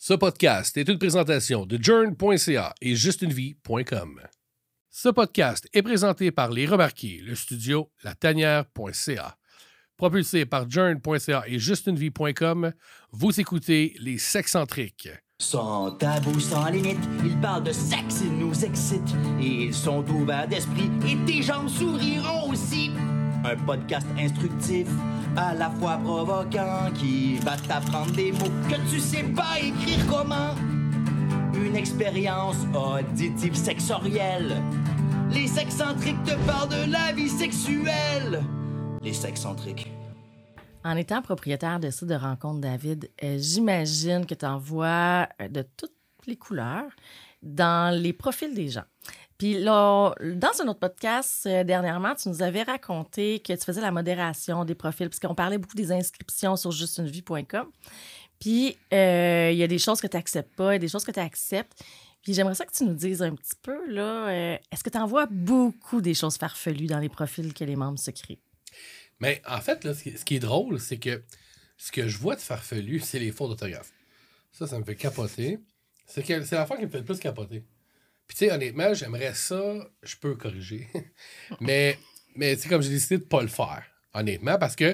Ce podcast est une présentation de Journ.ca et justunevie.com. Ce podcast est présenté par Les Remarqués, le studio latanière.ca. Propulsé par Journ.ca et justunevie.com, vous écoutez Les Sexcentriques. Sans tabou, sans limite, ils parlent de sexe, ils nous excitent. Et ils sont ouverts d'esprit, et tes gens souriront aussi. Un podcast instructif, à la fois provoquant, qui va t'apprendre des mots que tu sais pas écrire comment. Une expérience auditive sexorielle. Les sexcentriques te parlent de la vie sexuelle. Les sexcentriques. En étant propriétaire de site de rencontre, David, j'imagine que tu en vois de toutes les couleurs dans les profils des gens. Puis là, dans un autre podcast, dernièrement, tu nous avais raconté que tu faisais la modération des profils, puisqu'on parlait beaucoup des inscriptions sur justunevie.com. Puis, il y a des choses que tu n'acceptes pas et des choses que tu acceptes. Puis, j'aimerais ça que tu nous dises un petit peu, là, est-ce que tu en vois beaucoup des choses farfelues dans les profils que les membres se créent? Mais en fait, là, ce qui est drôle, c'est que ce que je vois de farfelu, c'est les fautes d'orthographe. Ça me fait capoter. C'est la fois qui me fait le plus capoter. Puis, tu sais, honnêtement, j'aimerais ça, je peux corriger. mais tu sais, comme j'ai décidé de ne pas le faire, honnêtement, parce que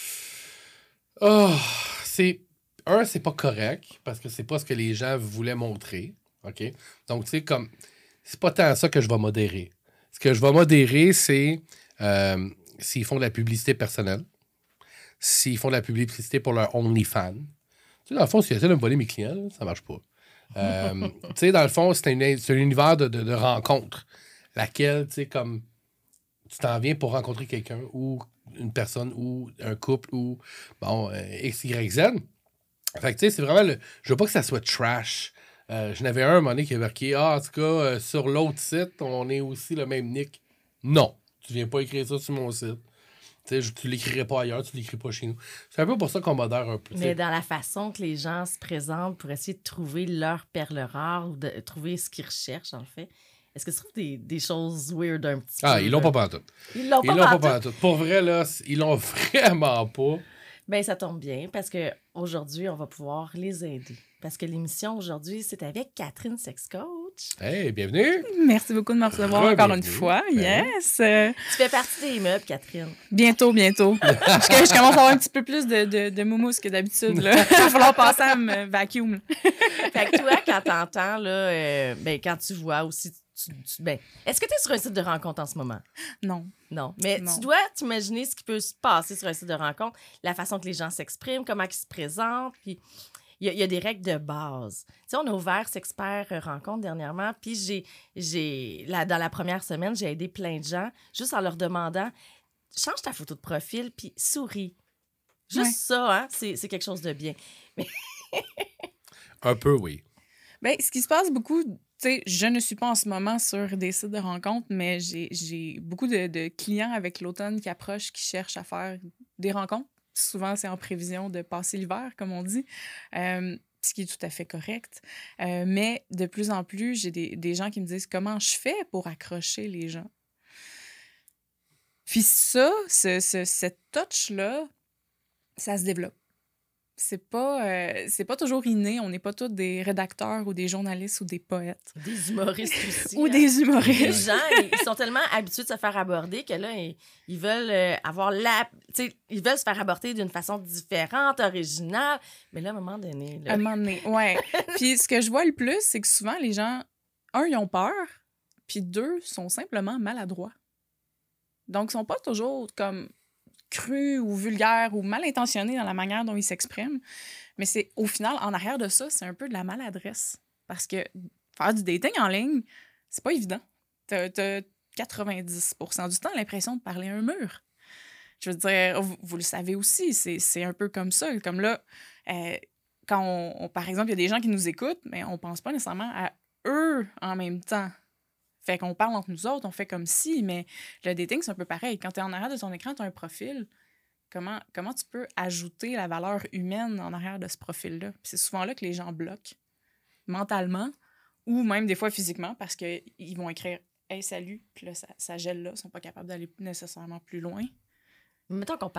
c'est pas correct, parce que c'est pas ce que les gens voulaient montrer. OK? Donc, tu sais, comme, c'est pas tant ça que je vais modérer. Ce que je vais modérer, c'est s'ils font de la publicité personnelle, s'ils font de la publicité pour leur OnlyFans. Tu sais, dans le fond, s'ils essaient de me voler mes clients, là, ça marche pas. Tu sais, dans le fond, c'est un univers de rencontre, laquelle, tu sais, comme tu t'en viens pour rencontrer quelqu'un ou une personne ou un couple ou, bon, X, Y, Z. Fait que, tu sais, c'est vraiment je veux pas que ça soit trash. Je n'avais un moment donné qui avait marqué « Ah, en tout cas, sur l'autre site, on est aussi le même nick. » Non, tu viens pas écrire ça sur mon site. Tu l'écrirais pas ailleurs, tu l'écris pas chez nous. C'est un peu pour ça qu'on modère un peu. Mais dans la façon que les gens se présentent pour essayer de trouver leur perle rare ou de trouver ce qu'ils recherchent, en fait, est-ce que tu trouves des choses weird un petit peu? Ah, ils l'ont pas pantoute. Ils l'ont pas pantoute. Pour vrai, là, ils l'ont vraiment pas. Bien, ça tombe bien parce qu'aujourd'hui, on va pouvoir les aider. Parce que l'émission aujourd'hui, c'est avec Catherine, sex coach. Hey, bienvenue! Merci beaucoup de me recevoir encore une fois. Yes! Tu fais partie des meubles, Catherine. Bientôt. Je commence à avoir un petit peu plus de moumousse que d'habitude. Il va falloir passer à me vacuum. Fait que toi, quand t'entends, là, quand tu vois aussi... est-ce que tu es sur un site de rencontre en ce moment? Non. Mais Non. tu dois t'imaginer ce qui peut se passer sur un site de rencontre, la façon que les gens s'expriment, comment ils se présentent, puis il y a des règles de base. Tu sais, on a ouvert Sexpert Rencontre dernièrement, puis dans la première semaine, j'ai aidé plein de gens juste en leur demandant « Change ta photo de profil, puis souris. » Juste ça, hein, c'est quelque chose de bien. Un peu, oui. Bien, ce qui se passe beaucoup... Tu sais, je ne suis pas en ce moment sur des sites de rencontres, mais j'ai beaucoup de clients avec l'automne qui approchent, qui cherchent à faire des rencontres. Souvent, c'est en prévision de passer l'hiver, comme on dit, ce qui est tout à fait correct. Mais de plus en plus, j'ai des gens qui me disent comment je fais pour accrocher les gens. Puis ça, cette touch-là, ça se développe. C'est pas toujours inné. On n'est pas tous des rédacteurs ou des journalistes ou des poètes. Des humoristes aussi. Ou des humoristes. Les gens, ils sont tellement habitués de se faire aborder que là, ils veulent avoir ils veulent se faire aborder d'une façon différente, originale. Mais là, à un moment donné... À un moment donné, ouais. Puis ce que je vois le plus, c'est que souvent, les gens, ils ont peur, puis 2, sont simplement maladroits. Donc, ils sont pas toujours comme... crus ou vulgaires ou mal intentionnés dans la manière dont ils s'expriment. Mais c'est au final, en arrière de ça, c'est un peu de la maladresse. Parce que faire du dating en ligne, c'est pas évident. T'as 90% du temps l'impression de parler à un mur. Je veux dire, vous le savez aussi, c'est un peu comme ça. Comme là, quand par exemple, il y a des gens qui nous écoutent, mais on pense pas nécessairement à eux en même temps. Fait qu'on parle entre nous autres, on fait comme si, mais le dating, c'est un peu pareil. Quand tu es en arrière de ton écran, tu as un profil. Comment tu peux ajouter la valeur humaine en arrière de ce profil-là? Puis c'est souvent là que les gens bloquent, mentalement, ou même des fois physiquement, parce qu'ils vont écrire « Hey, salut », puis là, ça gèle là, ils sont pas capables d'aller nécessairement plus loin. Mettons qu'on parle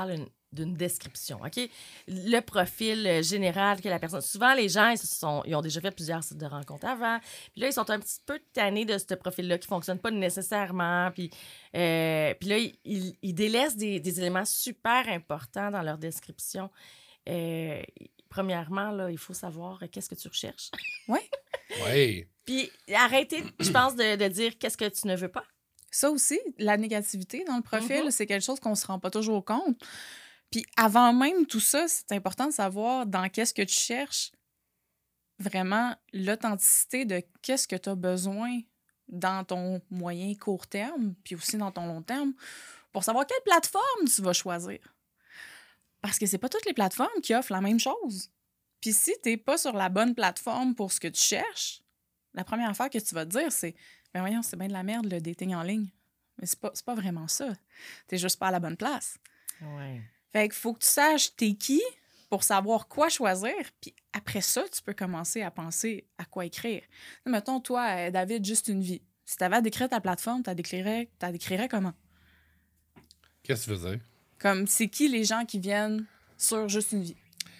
d'une description, OK? Le profil général que la personne... Souvent, les gens, ils ont déjà fait plusieurs sites de rencontres avant. Puis là, ils sont un petit peu tannés de ce profil-là qui ne fonctionne pas nécessairement. Puis là, ils délaissent des éléments super importants dans leur description. Premièrement, là, il faut savoir qu'est-ce que tu recherches. Oui. Oui. Puis arrêter, je pense, de dire qu'est-ce que tu ne veux pas. Ça aussi, la négativité dans le profil, c'est quelque chose qu'on se rend pas toujours compte. Puis avant même tout ça, c'est important de savoir dans qu'est-ce que tu cherches vraiment l'authenticité de qu'est-ce que tu as besoin dans ton moyen court terme, puis aussi dans ton long terme, pour savoir quelle plateforme tu vas choisir. Parce que c'est pas toutes les plateformes qui offrent la même chose. Puis si t'es pas sur la bonne plateforme pour ce que tu cherches, la première affaire que tu vas te dire, c'est « Ben voyons, c'est bien de la merde, le dating en ligne. » Mais c'est pas vraiment ça. T'es juste pas à la bonne place. Ouais. Fait qu'il faut que tu saches t'es qui pour savoir quoi choisir, puis après ça, tu peux commencer à penser à quoi écrire. Mettons, toi, David, juste une vie. Si t'avais à décrire ta plateforme, t'as décrirais comment? Qu'est-ce que tu veux dire? Comme, c'est qui les gens qui viennent sur juste une vie?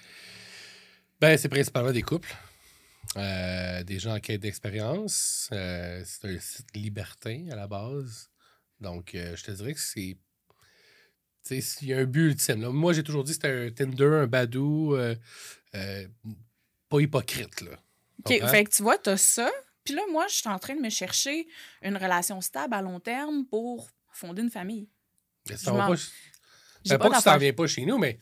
Ben, c'est principalement des couples. Des gens en quête d'expérience. C'est un site libertin à la base. Donc, je te dirais que c'est... Tu sais, il y a un but ultime. Là. Moi, j'ai toujours dit que c'était un Tinder, un Badoo, pas hypocrite. Là. OK, fait que tu vois, t'as ça. Puis là, moi, je suis en train de me chercher une relation stable à long terme pour fonder une famille. Ça va pas... J'ai pas que ça d'affaires. ne vient pas chez nous, mais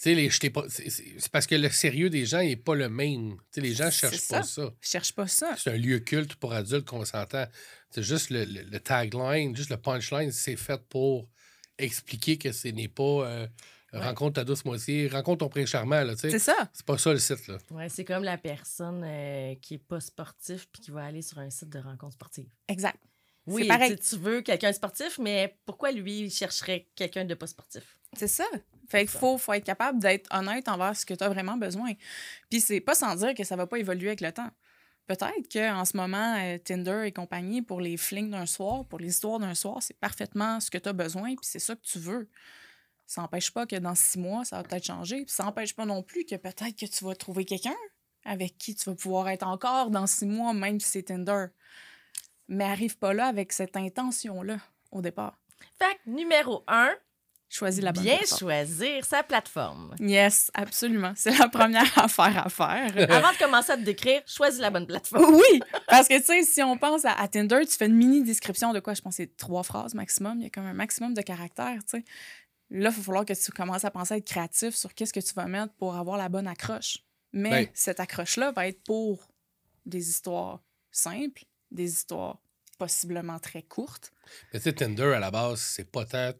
c'est parce que le sérieux des gens n'est pas le même. T'sais, les gens ne cherchent C'est pas ça. ça. Je cherche pas ça. C'est un lieu culte pour adultes consentants. C'est juste le tagline, juste le punchline, c'est fait pour expliquer que ce n'est pas rencontre ta douce moitié, rencontre ton prince charmant. Là, C'est ça. c'est pas ça le site. Là. Ouais, c'est comme la personne qui n'est pas sportif puis qui va aller sur un site de rencontre sportive. Exact. Oui, c'est pareil. tu veux quelqu'un de sportif, mais pourquoi lui, il chercherait quelqu'un de pas sportif? C'est ça. Fait qu'il faut être capable d'être honnête envers ce que tu as vraiment besoin. Puis c'est pas sans dire que ça va pas évoluer avec le temps. Peut-être qu'en ce moment, Tinder et compagnie, pour les flings d'un soir, pour les histoires d'un soir, c'est parfaitement ce que tu as besoin, puis c'est ça que tu veux. Ça n'empêche pas que dans 6 mois, ça va peut-être changer. Puis ça n'empêche pas non plus que peut-être que tu vas trouver quelqu'un avec qui tu vas pouvoir être encore dans 6 mois, même si c'est Tinder. Mais arrive pas là avec cette intention-là au départ. Fait que numéro 1, Choisis la bonne bien plateforme. choisir sa plateforme. Yes, absolument. C'est la première affaire à faire. Avant de commencer à te décrire, choisis la bonne plateforme. Oui, parce que tu sais, si on pense à Tinder, tu fais une mini description de quoi? Je pense que c'est 3 phrases maximum. Il y a comme un maximum de caractères, tu sais. Là, il va falloir que tu commences à penser à être créatif sur qu'est-ce que tu vas mettre pour avoir la bonne accroche. Mais Ben. cette accroche-là va être pour des histoires simples, des histoires possiblement très courtes. Mais tu sais, Tinder, à la base, c'est pas tant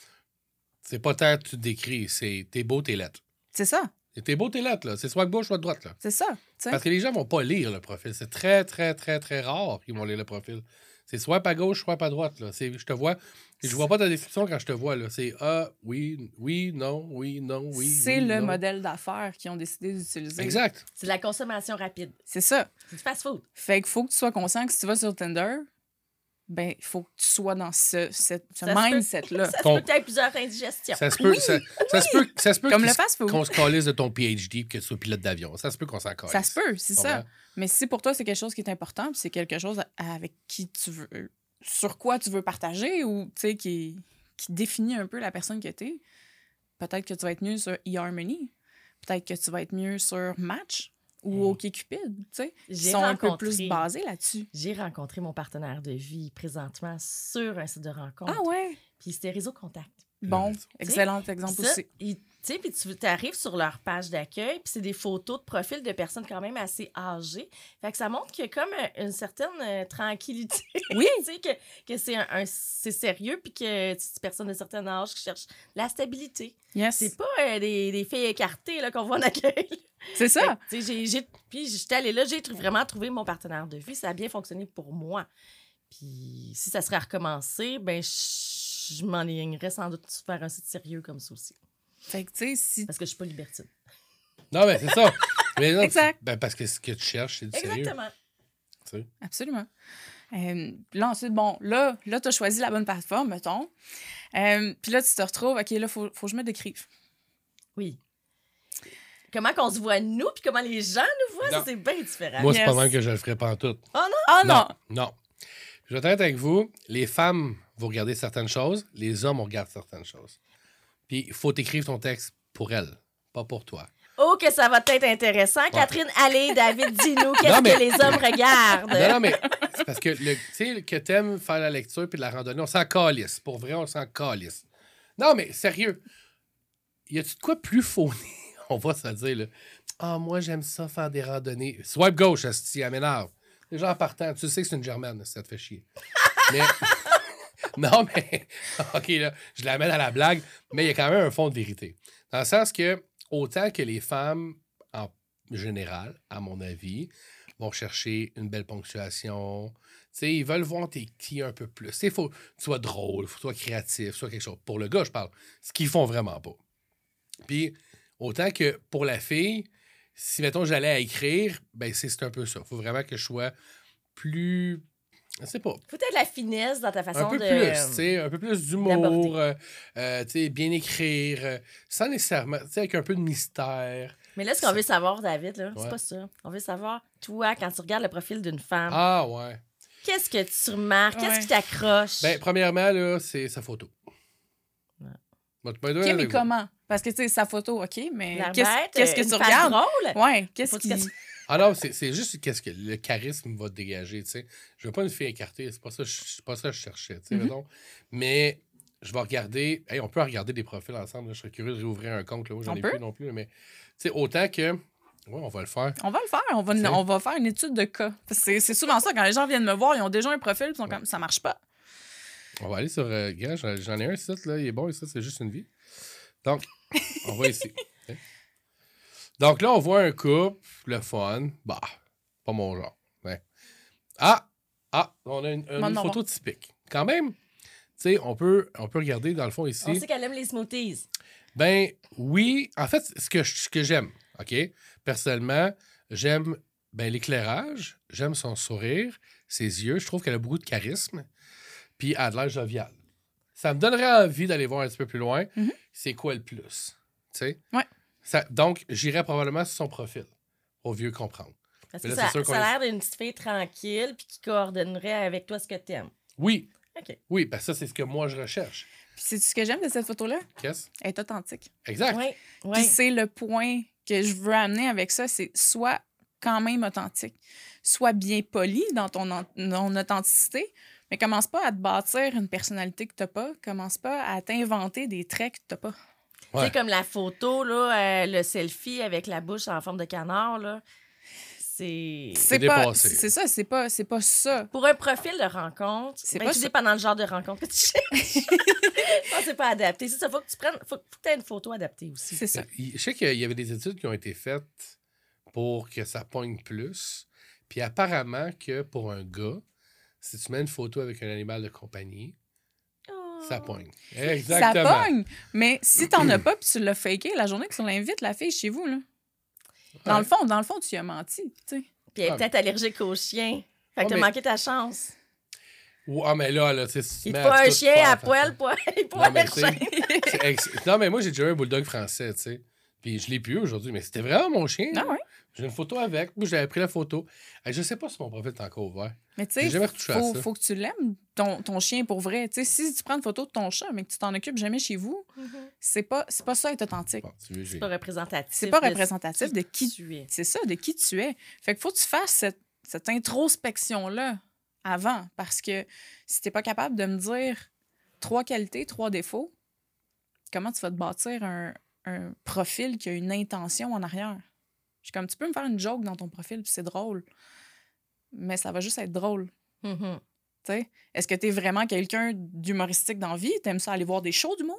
tu te décris, c'est t'es beau, t'es lettre. C'est ça, T'es beau, t'es lettre, là. C'est soit de gauche, soit de droite, là. c'est ça. tu sais. Parce que les gens vont pas lire le profil. C'est très, très, très, très rare qu'ils vont lire le profil. C'est soit à gauche, soit à droite, là. Je te vois... Je vois pas ta description quand je te vois, là. C'est oui, oui, non, oui, non, oui. C'est oui, le non. modèle d'affaires qu'ils ont décidé d'utiliser. Exact. C'est de la consommation rapide. C'est ça. C'est du fast-food. Fait qu'il faut que tu sois conscient que si tu vas sur Tinder, ben, il faut que tu sois dans ce Ça se mindset-là. Ça se Ton- peut qu'il y ait plusieurs indigestions. Ça se peut, ça se peut Comme qu'il le se- fast-food. qu'on se calisse de ton PhD et que tu sois pilote d'avion. Ça se peut qu'on s'en calisse. Ça se peut, c'est ça. Comprends? Mais si pour toi, c'est quelque chose qui est important, puis c'est quelque chose avec qui tu veux, sur quoi tu veux partager ou, tu sais, qui définit un peu la personne que t'es, peut-être que tu vas être mieux sur eHarmony. Peut-être que tu vas être mieux sur Match ou OkCupid, tu sais. Ils J'ai sont un peu rencontré- plus basés là-dessus. J'ai rencontré mon partenaire de vie présentement sur un site de rencontre. Ah ouais? Puis c'était Réseau Contact. Bon, raison. excellent exemple Ça, aussi. tu sais, puis tu arrives sur leur page d'accueil, puis c'est des photos de profil de personnes quand même assez âgées. Fait que ça montre qu'il y a comme une certaine tranquillité. Oui. Tu sais, que c'est sérieux, puis que c'est une personne de certain âge qui cherche la stabilité. Yes. C'est pas des filles écartées là, qu'on voit en accueil. C'est ça. Fait que, tu sais, puis j'étais allée là, vraiment trouvé mon partenaire de vie. Ça a bien fonctionné pour moi. Puis si ça serait à recommencer, ben je m'enlignerais sans doute faire un site sérieux comme ça aussi. Fait que, tu sais, si. Parce que je suis pas libertine. Non, mais c'est ça. Mais non, Exact. Ben, parce que ce que tu cherches, c'est du sérieux. Exactement. Tu sais. Absolument. Là, ensuite, bon, là tu as choisi la bonne plateforme, mettons. Puis là, tu te retrouves, OK, là, faut que je me décrive. Oui. Comment qu'on se voit nous, puis comment les gens nous voient, Non. ça, c'est bien différent. Moi, c'est pas Yes. même que je le ferais pas en tout. Oh non? Ah non! Non. Je vais être honnête avec vous. Les femmes vont regarder certaines choses. Les hommes regardent certaines choses. Puis, il faut t'écrire ton texte pour elles, pas pour toi. Oh, que ça va être intéressant. Catherine, allez, David, dis-nous, qu'est-ce Non, mais- que les hommes regardent? Non, mais c'est parce que, tu sais, que t'aimes faire la lecture puis de la randonnée, on s'en calisse. Pour vrai, on s'en calisse. Non, mais sérieux, y a-tu de quoi plus fauné? On va se le dire, là. Ah, moi, j'aime ça faire des randonnées. Swipe gauche, asti, elle m'énerve. Déjà en partant, tu sais que c'est une Germaine, ça te fait chier. Mais. Non, mais. OK, là, je l'amène à la blague, mais il y a quand même un fond de vérité. Dans le sens que, autant que les femmes, en général, à mon avis, vont chercher une belle ponctuation. Tu sais, ils veulent voir tes petits un peu plus. Il faut que tu sois drôle, faut que tu sois créatif, soit quelque chose. Pour le gars, je parle. Ce qu'ils font vraiment pas. Puis, autant que pour la fille, si, mettons, j'allais à écrire, ben c'est un peu ça. Il faut vraiment que je sois plus... Je sais pas. Faut peut-être la finesse dans ta façon Un peu de... plus, tu sais, un peu plus d'humour, d'aborder. tu sais, bien écrire, sans nécessairement, tu sais, avec un peu de mystère. Mais là, ce qu'on veut savoir, David, là, Ouais. c'est pas ça. On veut savoir, toi, quand tu regardes le profil d'une femme, Ah, ouais. qu'est-ce que tu remarques? Qu'est-ce Ouais. qui t'accroche? Ben, premièrement, là, c'est sa photo. Ouais. Moi, tu peux être OK, honnête mais avec vous. comment? Parce que, tu sais, sa photo, OK, mais La qu'est-ce bête, qu'est-ce que une tu face regardes? drôle? Ouais, qu'est-ce Faut qui... que tu- Ah non, c'est juste qu'est-ce que le charisme va te dégager, tu sais. Je veux pas une fille écartée, c'est pas ça que je cherchais, tu sais, mettons. Mais je vais regarder... Hey, on peut regarder des profils ensemble, là. Je serais curieux de réouvrir un compte, là. Moi, j'en On ai peut? plus non plus, mais... Tu sais, autant que... Ouais, on va le faire. On va le faire, T'sais. on va faire une étude de cas. Parce que c'est souvent ça, quand les gens viennent me voir, ils ont déjà un profil, ils sont comme, ça marche pas. On va aller sur... gars, j'en ai un site, là. Il est bon, et ça, c'est juste une vie. Donc, on va ici. OK? Donc là, on voit un couple, le fun. Bah, pas mon genre. Ouais. Ah, on a une Moi, non, photo typique. Quand même, tu sais, on peut regarder dans le fond ici. On sait qu'elle aime les smoothies. Ben oui, en fait, ce que j'aime, OK? Personnellement, j'aime ben, l'éclairage, j'aime son sourire, ses yeux. Je trouve qu'elle a beaucoup de charisme. Puis elle a de l'air joviale. Ça me donnerait envie d'aller voir un petit peu plus loin. Mhm. C'est quoi le plus? Tu sais? Ouais. Donc, j'irais probablement sur son profil, au vieux comprendre. Parce Mais que là, c'est sûr ça a l'air d'une petite fille tranquille puis qui coordonnerait avec toi ce que t'aimes. Oui, OK. oui, parce que ça, c'est ce que moi, je recherche. Puis c'est ce que j'aime de cette photo-là, Qu'est-ce? elle est authentique. Exact. Oui, Puis oui. c'est le point que je veux amener avec ça, c'est soit quand même authentique, soit bien poli dans ton authenticité, mais commence pas à te bâtir une personnalité que t'as pas, commence pas à t'inventer des traits que t'as pas. Tu Ouais. sais, comme la photo, là, le selfie avec la bouche en forme de canard, là, c'est... C'est pas, dépassé. c'est ça, c'est pas ça. Pour un profil de rencontre, C'est ben, pas tout ça. dépendant le genre de rencontre que tu cherches. Non, c'est pas adapté. C'est ça, faut que tu prennes... Faut que tu aies une photo adaptée aussi. C'est ça. Je sais qu'il y avait des études qui ont été faites pour que ça pogne plus. Puis apparemment que pour un gars, si tu mets une photo avec un animal de compagnie, ça pogne. Ça Exactement. pogne, mais si t'en as pas puis tu l'as faké, la journée que tu l'invites, la fille chez vous, là. Dans le fond, tu y as menti, tu sais. Puis elle est Ah. peut-être allergique aux chiens. Fait que Ah, t'as mais- manqué ta chance. Ah, mais là, tu sais, si tu Il te mets faut à un tout chien faire, à ça poil fait- pour Non, mais aller tu sais, non, mais moi, j'ai déjà eu un bulldog français, tu sais. Puis je l'ai plus aujourd'hui, mais c'était vraiment mon chien. Ah ouais? J'ai une photo avec. Moi, j'avais pris la photo. Je sais pas si mon profil est encore ouvert. Mais tu J'ai sais, jamais retouché à ça. faut que tu l'aimes, ton chien, pour vrai. Tu sais, si tu prends une photo de ton chat, mais que tu t'en occupes jamais chez vous, c'est pas ça être authentique. Bon, tu veux, C'est pas représentatif. C'est pas de représentatif de qui tu es. C'est ça, de qui tu es. Fait qu'il faut que tu fasses cette introspection-là avant. Parce que si t'es pas capable de me dire 3 qualités, 3 défauts, comment tu vas te bâtir un profil qui a une intention en arrière? Je suis comme, tu peux me faire une joke dans ton profil, puis c'est drôle. Mais ça va juste être drôle. Mhm. Tu sais, est-ce que tu es vraiment quelqu'un d'humoristique dans la vie? T'aimes ça aller voir des shows d'humour?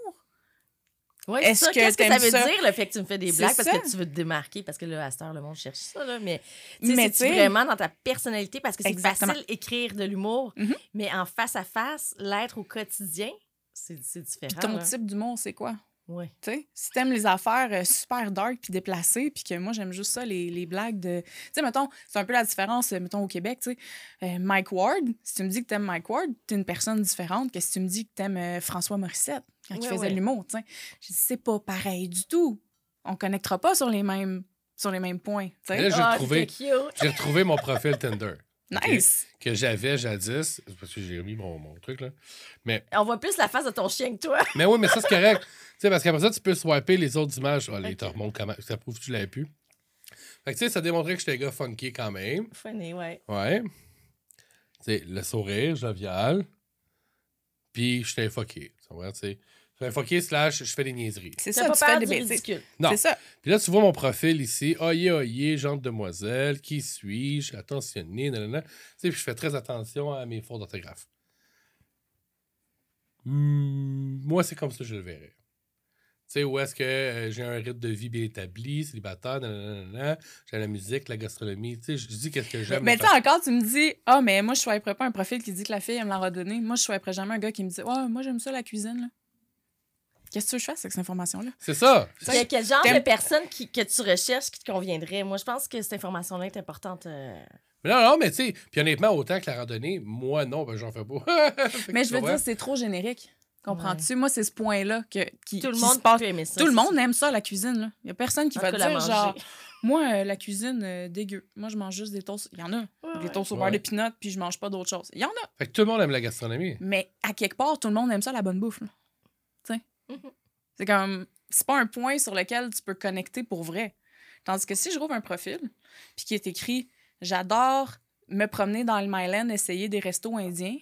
Oui, c'est Est-ce ça. que Qu'est-ce que ça t'aimes veut ça? dire, le fait que tu me fais des C'est blagues parce ça. que tu veux te démarquer? Parce que là, à cette heure, le monde cherche ça, là. Mais, Mais c'est tu sais- vraiment dans ta personnalité parce que c'est Exactement. facile d'écrire de l'humour, Mhm. mais en face à face, l'être au quotidien, c'est Puis différent. ton là. type d'humour, c'est quoi? Ouais. Tu sais, si t'aimes les affaires super dark puis déplacées, puis que moi, j'aime juste ça, les blagues de... Tu sais, mettons, c'est un peu la différence, mettons, au Québec, tu sais. Mike Ward, si tu me dis que t'aimes Mike Ward, t'es une personne différente que si tu me dis que t'aimes François Morissette quand il Ouais, faisait ouais. de l'humour, tu sais. Je dis, c'est pas pareil du tout. on connectera pas sur les mêmes points. tu sais. Et là, c'était cute. j'ai retrouvé mon profil Tinder. Nice! Que j'avais jadis. Parce que j'ai remis mon truc, là. Mais On voit plus la face de ton chien que toi. Mais oui, mais ça, c'est correct. Tu sais, parce qu'après ça, tu peux swiper les autres images. Oh, les te remontent comment. Ça prouve que tu l'avais plus. Fait que, tu sais, ça démontrait que j'étais un gars funky quand même. Funny, ouais. Ouais. Tu sais, le sourire, jovial. Puis, j'étais fucké. Tu vois, tu sais. Je suis un fucké / je fais des niaiseries. C'est T'as ça, pas tu fais peur des du bêtises. ridicule. Non. C'est ça. Puis là, tu vois mon profil ici. Oyez, genre de demoiselle. Qui suis-je? Attentionné, nanana. Tu sais, puis je fais très attention à mes fautes d'orthographe. Moi, c'est comme ça que je le verrais. Tu sais, où est-ce que j'ai un rythme de vie bien établi, célibataire, nanana, j'ai la musique, la gastronomie. Tu sais, je dis qu'est-ce que j'aime. Mais tu sais, encore, tu me dis, ah, mais moi, je swiperais pas un profil qui dit que la fille, elle me l'a redonné. Moi, je swiperais jamais un gars qui me dit, ouais, moi, j'aime ça, la cuisine, là. Qu'est-ce que tu veux que je fasse avec cette information-là? C'est ça. Il y a quel genre T'aimes- de personne que tu recherches qui te conviendrait? Moi, je pense que cette information-là est importante. Mais non, mais tu sais, puis honnêtement, autant que la randonnée, moi, non, ben j'en fais pas. Fait que Mais tu je veux comprends? dire, c'est trop générique. Comprends-tu? Moi, c'est ce point-là qui Tout le qui monde se passe. peut aimer ça. Tout le c'est monde ça. aime ça, la cuisine. Là. Il y a personne qui En va tout cas, la dire, manger. genre, moi, la cuisine, dégueu. Moi, je mange juste des toasts. Il y en a. Ouais, Des toasts au Ouais. beurre de peanut, puis je mange pas d'autre chose. Il y en a. Fait que tout le monde aime la gastronomie. Mais à quelque part, tout le monde aime ça, la bonne bouffe. Là. Tu sais? Mhm. C'est comme... C'est pas un point sur lequel tu peux connecter pour vrai. Tandis que si je rouvre un profil, puis qui est écrit « J'adore me promener dans le Myland, essayer des restos indiens.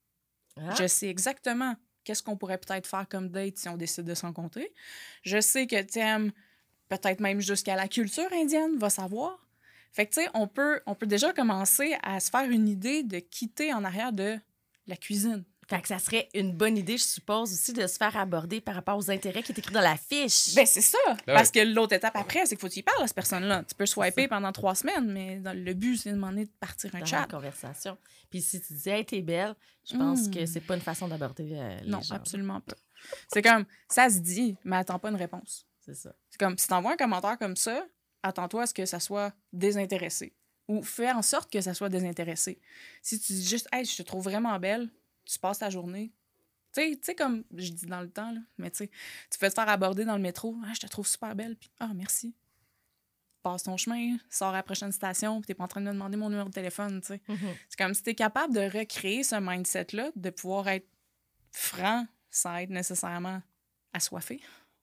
Ah. Je sais exactement qu'est-ce qu'on pourrait peut-être faire comme date si on décide de se rencontrer. Je sais que t'aimes peut-être même jusqu'à la culture indienne, va savoir. Fait que, tu sais, on peut déjà commencer à se faire une idée de quitter en arrière de la cuisine. Fait que ça serait une bonne idée, je suppose, aussi de se faire aborder par rapport aux intérêts qui est écrit dans la fiche. Ben, c'est ça. Ben Parce que l'autre étape après, c'est qu'il faut que tu y parles à cette personne-là. Tu peux swiper ça. pendant 3 semaines, mais le but, c'est de demander de partir un dans chat. la conversation. Puis si tu dis « Hey, t'es belle », je pense que c'est pas une façon d'aborder les Non, gens. absolument pas. C'est comme, ça se dit, mais attends pas une réponse. C'est ça. C'est comme, si t'envoies un commentaire comme ça, attends-toi à ce que ça soit désintéressé. Ou fais en sorte que ça soit désintéressé. Si tu dis juste, hey, je te trouve vraiment belle, tu passes ta journée. Tu sais, comme je dis dans le temps, là, mais tu sais, tu peux te faire aborder dans le métro, ah, je te trouve super belle, puis ah, merci. Passe ton chemin, sors à la prochaine station, puis t'es pas en train de me demander mon numéro de téléphone, tu sais. C'est comme si t'es capable de recréer ce mindset-là, de pouvoir être franc sans être nécessairement assoiffé.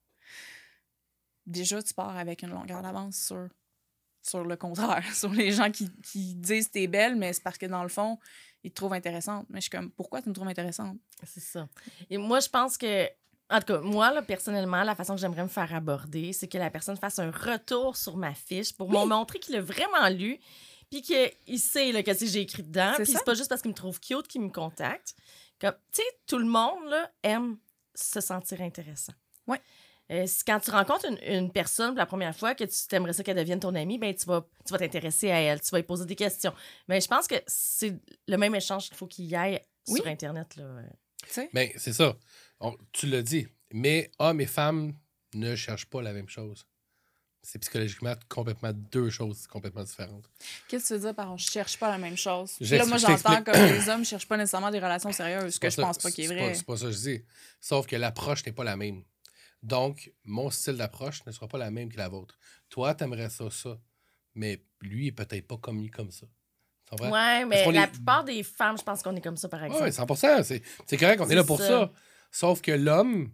Déjà, tu pars avec une longueur d'avance sur le contraire, sur les gens qui disent t'es belle, mais c'est parce que dans le fond, ils te trouvent intéressante. Mais je suis comme, pourquoi tu me trouves intéressante? C'est ça. Et moi, je pense que, en tout cas, moi, là, personnellement, la façon que j'aimerais me faire aborder, c'est que la personne fasse un retour sur ma fiche pour me montrer qu'il a vraiment lu, puis qu'il sait là, qu'est-ce que j'ai écrit dedans. C'est Puis ça. c'est pas juste parce qu'il me trouve cute qu'il me contacte. Comme, tu sais, tout le monde là, aime se sentir intéressant. Ouais. Quand tu rencontres une personne pour la première fois que tu t'aimerais ça qu'elle devienne ton amie, ben tu vas t'intéresser à elle, tu vas lui poser des questions. Mais je pense que c'est le même échange qu'il faut qu'il y ait Oui. sur Internet. Là. Tu sais? Mais c'est ça. Tu l'as dit. Mais hommes et femmes ne cherchent pas la même chose. C'est psychologiquement complètement deux choses complètement différentes. Qu'est-ce que tu veux dire par on cherche pas la même chose? Je Là, moi, t'explique. j'entends comme les hommes cherchent pas nécessairement des relations sérieuses, ce que je pense pas qu'il est vrai. C'est pas ça que je dis. Sauf que l'approche n'est pas la même. Donc, mon style d'approche ne sera pas la même que la vôtre. Toi, t'aimerais ça. Mais lui, il est peut-être pas commis comme ça. Tu comprends? Ouais, mais qu'on la est- plupart des femmes, je pense qu'on est comme ça, par exemple. Oui, 100%. C'est correct, on est là pour C'est ça. ça. Sauf que l'homme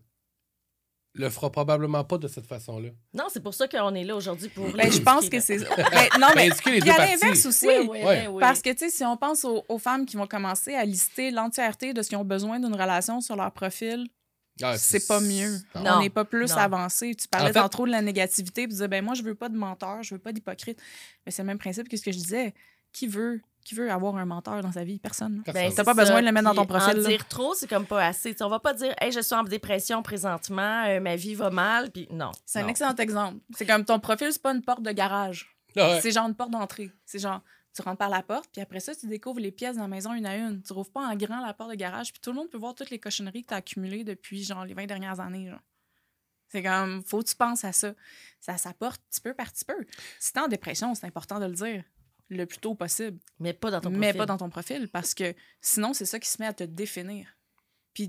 le fera probablement pas de cette façon-là. Non, c'est pour ça qu'on est là aujourd'hui pour. Ben, je pense que c'est. Ben, non, mais. éduquer les Puis deux à parties. l'inverse aussi. Ouais. Parce que, tu sais, si on pense aux femmes qui vont commencer à lister l'entièreté de ce qu'ils ont besoin d'une relation sur leur profil, Ah, c'est pas mieux. Non. On n'est pas plus Non. avancé. Tu parlais En fait- tantôt de la négativité, puis tu disais, ben moi, je veux pas de menteur, je veux pas d'hypocrite. Mais c'est le même principe que ce que je disais. Qui veut avoir un menteur dans sa vie? Personne. Personne. Ben, T'as c'est pas besoin ça. de le mettre dans ton Puis profil, En là. dire trop, c'est comme pas assez. T'sais, on va pas dire, hey, je suis en dépression présentement, ma vie va mal, puis non. C'est un Non. excellent exemple. C'est comme ton profil, c'est pas une porte de garage. Ah ouais. C'est genre une porte d'entrée. C'est genre, tu rentres par la porte, puis après ça, tu découvres les pièces de la maison une à une. Tu rouvres pas en grand la porte de garage, puis tout le monde peut voir toutes les cochonneries que tu as accumulées depuis genre les 20 dernières années. Genre. C'est comme, faut que tu penses à ça. Ça s'apporte petit peu par petit peu. Si t'es en dépression, c'est important de le dire le plus tôt possible. Mais pas dans ton Mais profil. pas dans ton profil, parce que sinon, c'est ça qui se met à te définir. Puis t'es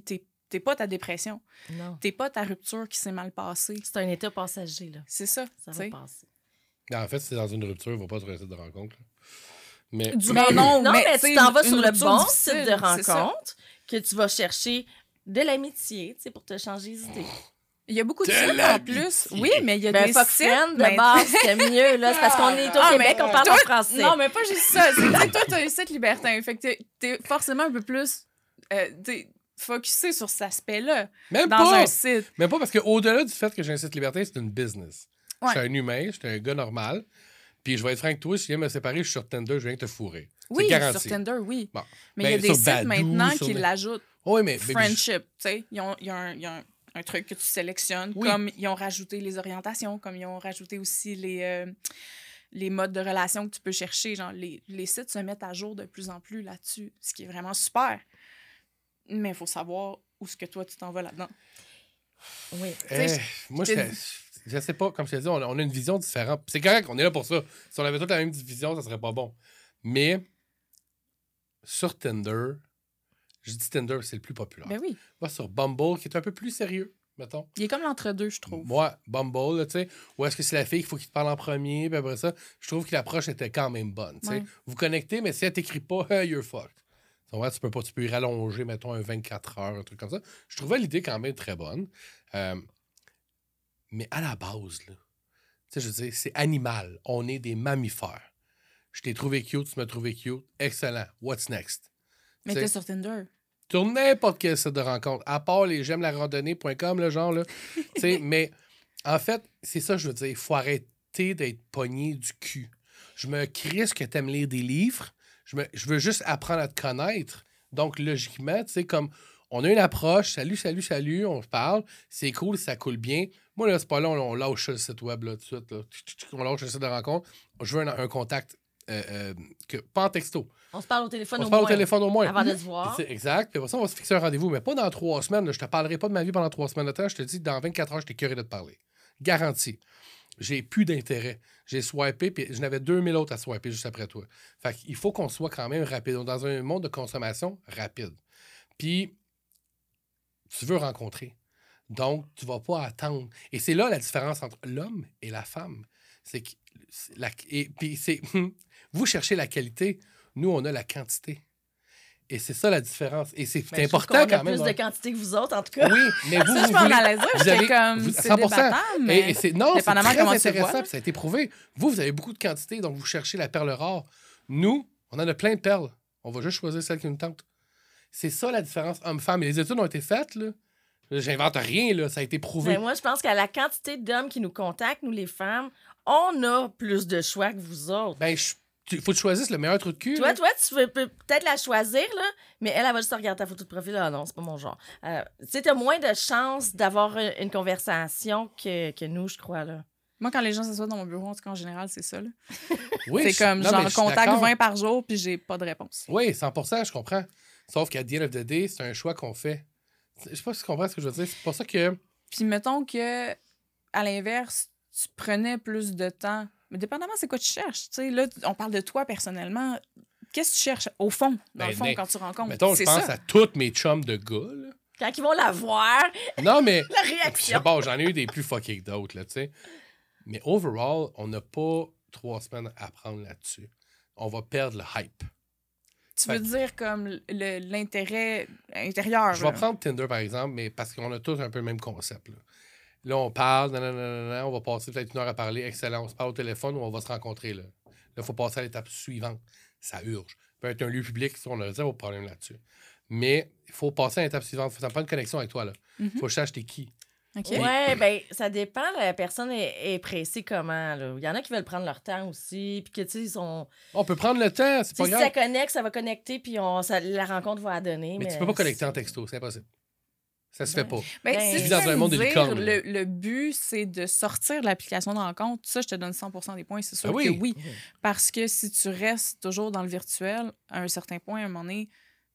T'es pas ta dépression. Non. T'es pas ta rupture qui s'est mal passée. C'est un état passager, là. C'est ça. Ça va t'sais. passer. En fait, si c'est dans une rupture, il ne va pas sur un site de rencontre. Là. Mais Non, mais t'sais, tu t'en vas une sur le rupture bon difficile, site de c'est ça. rencontre, que tu vas chercher de l'amitié, tu sais, pour te changer les idées. Il y a beaucoup de De sites en l'amitié. plus. Oui, mais il y a Ben, des fuck sites... friend, de ben, base, c'est mieux, là. C'est parce qu'on est au Québec, mais on parle toi- en français. Non, mais pas juste ça. C'est que toi, t'as un site libertin. Fait que t'es forcément un peu plus focusé sur cet aspect-là même dans pas! un site. Même pas parce qu'au-delà du fait que j'ai un site libertin, c'est une business. Ouais. Je suis un humain, je suis un gars normal. Puis je vais être franc avec toi, si je viens me séparer, je suis sur Tinder, je viens te fourrer. Oui, c'est garanti. sur Tinder, oui. Bon. Mais il y a Ben, des sur sites Badoo, maintenant sur qui les- l'ajoutent. Oui, mais Friendship, tu sais. Il y a un truc que tu sélectionnes. Oui. Comme ils ont rajouté les orientations, comme ils ont rajouté aussi les modes de relation que tu peux chercher. Genre, les sites se mettent à jour de plus en plus là-dessus, ce qui est vraiment super. Mais il faut savoir où est-ce que toi, tu t'en vas là-dedans. Oui. moi, t'ai je sais pas, comme je t'ai dit, on a une vision différente. C'est correct, on est là pour ça. Si on avait toute la même vision, ça serait pas bon. Mais sur Tinder, je dis Tinder, c'est le plus populaire. Ben oui. Va sur Bumble, qui est un peu plus sérieux, mettons. Il est comme l'entre-deux, je trouve. Moi, Bumble, là, tu sais, ou est-ce que c'est la fille qu'il faut qu'il te parle en premier, puis après ça, je trouve que l'approche était quand même bonne. Tu sais. Ouais. Vous connectez, mais si elle t'écrit pas, you're fucked. Tu peux y rallonger, mettons, un 24 heures, un truc comme ça. Je trouvais l'idée quand même très bonne. Mais à la base, là, tu sais, je veux dire, c'est animal. On est des mammifères. Je t'ai trouvé cute, tu m'as trouvé cute. Excellent. What's next? Mais Tu sais, t'es sur Tinder. sur n'importe quel site de rencontre, à part les j'aime la randonnée.com, le genre, là. Tu sais, mais en fait, c'est ça, je veux dire. Il faut arrêter d'être pogné du cul. Je me crisse que t'aimes lire des livres. Je veux juste apprendre à te connaître. Donc, logiquement, tu sais, comme on a une approche, salut, on se parle, c'est cool, ça coule bien. Moi, là, c'est pas là, on lâche le site web, là, tout de suite. Là. On lâche le site de rencontre. Je veux un contact, pas en texto. On se parle au téléphone On au se parle moins. au téléphone au moins. Avant de se voir. C'est exact. Puis après ça, on va se fixer un rendez-vous, mais pas dans 3 semaines. Là. Je te parlerai pas de ma vie pendant 3 semaines de temps. Je te dis, dans 24 heures, je t'ai curé de te parler. Garanti. J'ai plus d'intérêt. J'ai swipé, puis je n'avais 2000 autres à swiper juste après toi. Fait qu'il faut qu'on soit quand même rapide. On est dans un monde de consommation rapide. Puis, tu veux rencontrer. Donc, tu vas pas attendre. Et c'est là la différence entre l'homme et la femme. C'est que puis c'est vous cherchez la qualité, nous on a la quantité. Et c'est ça la différence. Et c'est Ben, je trouve important qu'on a quand même. plus de quantité que vous autres, en tout cas. Oui, mais vous, Ça, vous je m'en voulez- allais dire. vous J'étais avez- comme, vous- c'est 100%. débattable, mais Non, c'est dépendamment très comment tu le vois, intéressant, là. puis ça a été prouvé. Vous avez beaucoup de quantité, donc vous cherchez la perle rare. Nous, on en a plein de perles. On va juste choisir celle qui nous tente. C'est ça la différence homme-femme. Et les études ont été faites, là. J'invente rien, là. Ça a été prouvé. Ben, moi, je pense qu'à la quantité d'hommes qui nous contactent, nous, les femmes, on a plus de choix que vous autres. Ben, faut que tu choisisses le meilleur trou de cul. Toi, là. tu veux peut-être la choisir, là, mais elle va juste regarder ta photo de profil. Ah non, c'est pas mon genre. Tu sais, t'as moins de chances d'avoir une conversation que nous, je crois, là. Moi, quand les gens s'assoient dans mon bureau, en tout cas, en général, c'est ça. Là. Oui, C'est comme, non, mais genre, je suis contact d'accord. 20 par jour, puis j'ai pas de réponse. Oui, 100%, je comprends. Sauf qu'à the end of the day, c'est un choix qu'on fait. Je sais pas si tu comprends ce que je veux dire. C'est pour ça que... Puis mettons que, à l'inverse, tu prenais plus de temps. Mais dépendamment, c'est quoi tu cherches. Tu sais, là, on parle de toi personnellement. Qu'est-ce que tu cherches au fond, dans Ben, le fond, mais- quand tu rencontres? Mettons, je c'est pense ça. à tous mes chums de gars, là. Quand ils vont la voir, Non, mais... la réaction. Bon, j'en ai eu des plus fuckés que d'autres, là, tu sais. Mais overall, on n'a pas 3 semaines à prendre là-dessus. On va perdre le hype. Tu veux dire comme l'intérêt intérieur. Je vais là. prendre Tinder, par exemple, mais parce qu'on a tous un peu le même concept. Là, on parle, on va passer peut-être 1 heure à parler. Excellent, on se parle au téléphone ou on va se rencontrer. Là, il faut passer à l'étape suivante. Ça urge. Ça peut être un lieu public, si on a zéro problème là-dessus. Mais il faut passer à l'étape suivante. Ça me prend une connexion avec toi. Là. Mhm. Faut que je sache t'es qui. OK. Ouais, ben ça dépend. La personne est pressée comment. Là. Il y en a qui veulent prendre leur temps aussi. Puis que, tu sais, ils sont. On peut prendre le temps, c'est Tu sais, pas si ça grave. connecte, ça va connecter, puis la rencontre va la donner. Mais tu peux pas connecter en texto, c'est impossible. Ça se fait pas. Ben, Ben, si je tu vis dans veux un me monde de dire, licorne, là. le but, c'est de sortir de l'application de rencontre. Ça, je te donne 100% des points. C'est sûr Ah oui. que oui. Parce que si tu restes toujours dans le virtuel, à un certain point, à un moment donné,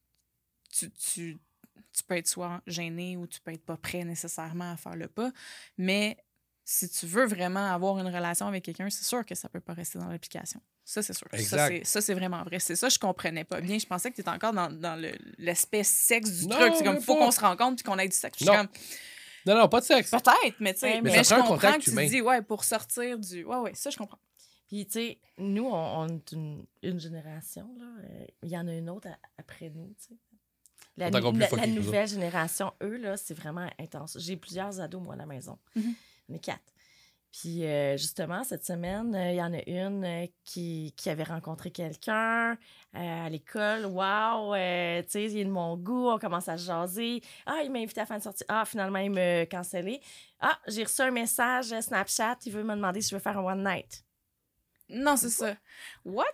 tu peux être soit gêné ou tu peux être pas prêt nécessairement à faire le pas. Mais si tu veux vraiment avoir une relation avec quelqu'un, c'est sûr que ça peut pas rester dans l'application. Ça, c'est sûr. Exact. Ça, c'est vraiment vrai. C'est ça, je comprenais pas bien. Je pensais que tu étais encore dans l'aspect sexe du Non, truc. C'est comme, mais il faut pas. qu'on se rencontre puis qu'on ait du sexe. Puis je Non. suis comme, Non, pas de sexe. peut-être, mais tu sais, Mais mais ça je prend un comprends contact que tu humain. dis, ouais, pour sortir du... Ouais, ça, je comprends. Puis, tu sais, nous, on est une génération, là. Il y en a une autre après nous, tu sais. La, On est encore plus la fuckés que nous nouvelle génération, eux, là, c'est vraiment intense. J'ai plusieurs ados, moi, à la maison. Mhm. On est 4. Puis, justement, cette semaine, il y en a une qui avait rencontré quelqu'un à l'école. Wow! Tu sais, il est de mon goût. On commence à se jaser. Ah, il m'a invité à faire une sortie. Ah, finalement, il m'a cancellé. Ah, j'ai reçu un message Snapchat. Il veut me demander si je veux faire un one night. Non, c'est ça. What?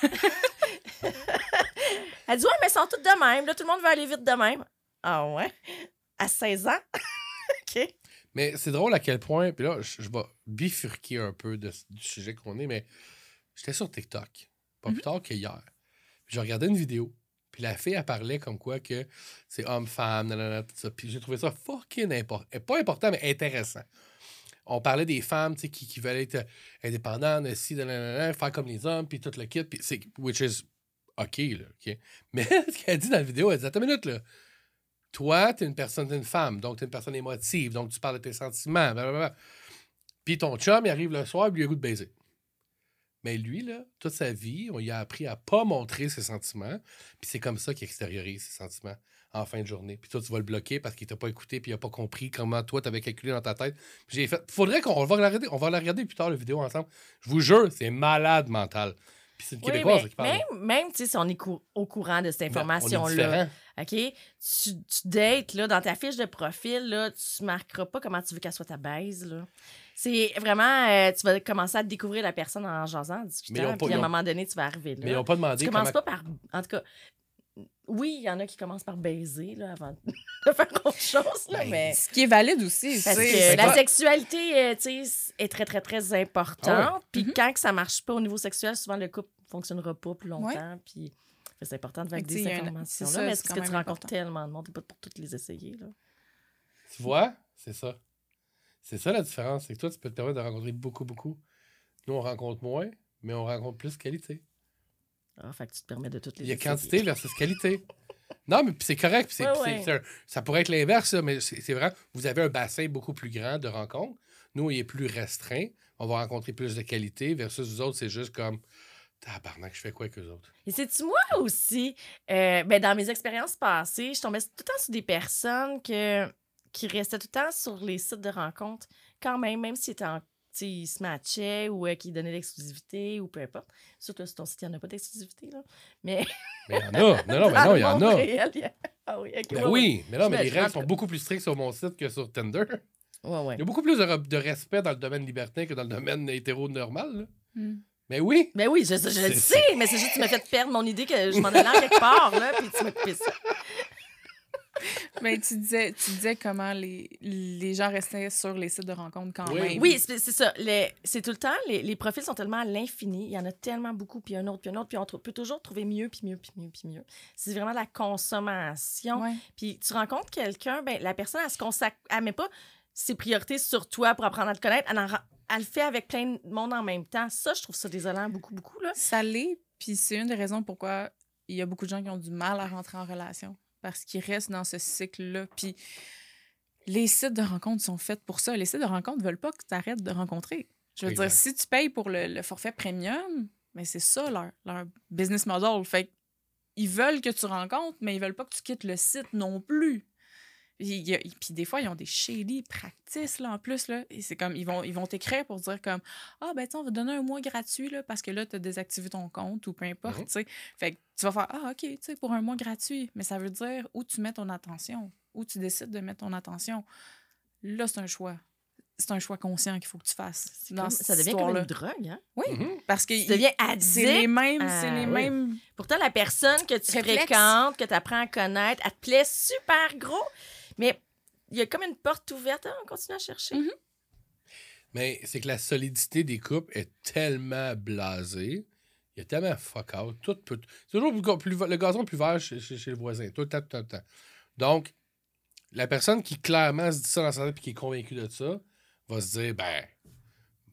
Elle dit, ouais, mais ils sont toutes de même. Là, tout le monde veut aller vite de même. Ah ouais? À 16 ans? OK. Mais c'est drôle à quel point, puis là, je vais bifurquer un peu du sujet qu'on est, mais j'étais sur TikTok, pas plus tard qu'hier. Puis j'ai regardé une vidéo, puis la fille, elle parlait comme quoi que c'est homme-femme, nanana, tout ça. Puis j'ai trouvé ça fucking important. Pas important, mais intéressant. On parlait des femmes, tu sais, qui veulent être indépendantes, aussi, nanana, faire comme les hommes, puis tout le kit, puis c'est... Which is OK, là, OK? Mais ce qu'elle dit dans la vidéo, elle dit, attends une minute, là. Toi, t'es une femme, donc t'es une personne émotive, donc tu parles de tes sentiments, blablabla. Puis ton chum, il arrive le soir, puis il a le goût de baiser. Mais lui, là, toute sa vie, on lui a appris à pas montrer ses sentiments, puis c'est comme ça qu'il extériorise ses sentiments en fin de journée. Puis toi, tu vas le bloquer parce qu'il t'a pas écouté, puis il a pas compris comment toi, t'avais calculé dans ta tête. Puis j'ai fait, faudrait qu'on va la regarder plus tard, la vidéo ensemble. Je vous jure, c'est malade mental. Puis c'est une Québécoise qui parle. Même tu sais, si on est au courant de cette information-là, OK? Tu dates, là, dans ta fiche de profil, là, tu marqueras pas comment tu veux qu'elle soit ta baise, là. C'est vraiment... tu vas commencer à découvrir la personne en jasant, en discutant, puis à un moment donné, tu vas arriver là. Mais ils n'ont pas demandé tu commences pas par... En tout cas, oui, il y en a qui commencent par baiser, là, avant de faire autre chose, là, mais... Ce qui est valide aussi. Parce que la sexualité, tu sais, est très, très, très importante. Ah ouais. Puis quand que ça marche pas au niveau sexuel, souvent, le couple fonctionnera pas plus longtemps. Ouais. Puis c'est important de valider Fait que, ces c'est informations-là. ça, Mais c'est c'est parce quand que tu même rencontres important. tellement de monde, t'es pas pour toutes les essayer, là. Tu vois? C'est ça. C'est ça la différence. C'est que toi, tu peux te permettre de rencontrer beaucoup, beaucoup. Nous, on rencontre moins, mais on rencontre plus qualité. Ah, fait que tu te permets de toutes les Il y a essayer. quantité versus qualité. Non, mais puis c'est correct. Puis ça pourrait être l'inverse, là, mais c'est vrai. Vous avez un bassin beaucoup plus grand de rencontres. Nous, il est plus restreint. On va rencontrer plus de qualité versus vous autres, c'est juste comme... Tabarnak, je fais quoi avec eux autres? Et c'est-tu moi aussi? Ben, dans mes expériences passées, je tombais tout le temps sur des personnes qui restaient tout le temps sur les sites de rencontres, quand même s'ils étaient ils se matchaient ou qu'ils donnaient l'exclusivité ou peu importe. Surtout sur ton site, il n'y en a pas d'exclusivité, là. Mais Mais il y en a. Non, mais non, il y en a. Ah oui, OK. Ben oui, mais non, mais les Je règles rentre- sont beaucoup plus strictes sur mon site que sur Tinder. Ouais. Il y a beaucoup plus de respect dans le domaine libertin que dans le domaine hétéro-normal. Là. Mm. Mais oui. Ben oui, je le sais, mais c'est juste que tu m'as fait perdre mon idée que je m'en allais en quelque part, là, puis tu m'as coupé ça. Mais tu disais comment les gens restaient sur les sites de rencontres quand Oui. même. Oui, c'est ça. C'est tout le temps, les profils sont tellement à l'infini. Il y en a tellement beaucoup, puis un autre, puis on peut toujours trouver mieux, puis mieux, puis mieux, puis mieux. C'est vraiment de la consommation. Ouais. Puis tu rencontres quelqu'un, ben la personne, elle se consacre, elle met pas ses priorités sur toi pour apprendre à te connaître. Elle le fait avec plein de monde en même temps. Ça, je trouve ça désolant beaucoup, beaucoup, là. Ça l'est, puis c'est une des raisons pourquoi il y a beaucoup de gens qui ont du mal à rentrer en relation. Parce qu'ils restent dans ce cycle-là. Puis les sites de rencontres sont faits pour ça. Les sites de rencontres ne veulent pas que tu arrêtes de rencontrer. Je veux Exact. dire, si tu payes pour le forfait premium, mais c'est ça leur business model. Fait qu'ils veulent que tu rencontres, mais ils veulent pas que tu quittes le site non plus. Puis des fois, ils ont des shady practices, là, en plus, là. Et c'est comme, ils vont t'écrire pour dire comme, ah, ben, tu on va te donner un mois gratuit, là, parce que là, tu as désactivé ton compte ou peu importe, tu sais. Fait que tu vas faire, ah, OK, tu sais, pour un mois gratuit. Mais ça veut dire où tu mets ton attention, où tu décides de mettre ton attention. Là, c'est un choix. C'est un choix conscient qu'il faut que tu fasses. Ça devient comme une drogue, hein? Oui, parce que Tu deviens addict. c'est les mêmes, c'est les oui. mêmes. Pourtant, la personne que tu Réflexe. fréquentes, que tu apprends à connaître, elle te plaît super gros, mais il y a comme une porte ouverte. On continue à chercher. Mhm. Mais c'est que la solidité des couples est tellement blasée. Il y a tellement fuck out. Tout peut... C'est toujours le gazon plus vert chez le voisin. Tout le temps. Donc, la personne qui clairement se dit ça dans sa tête et qui est convaincue de ça va se dire, ben,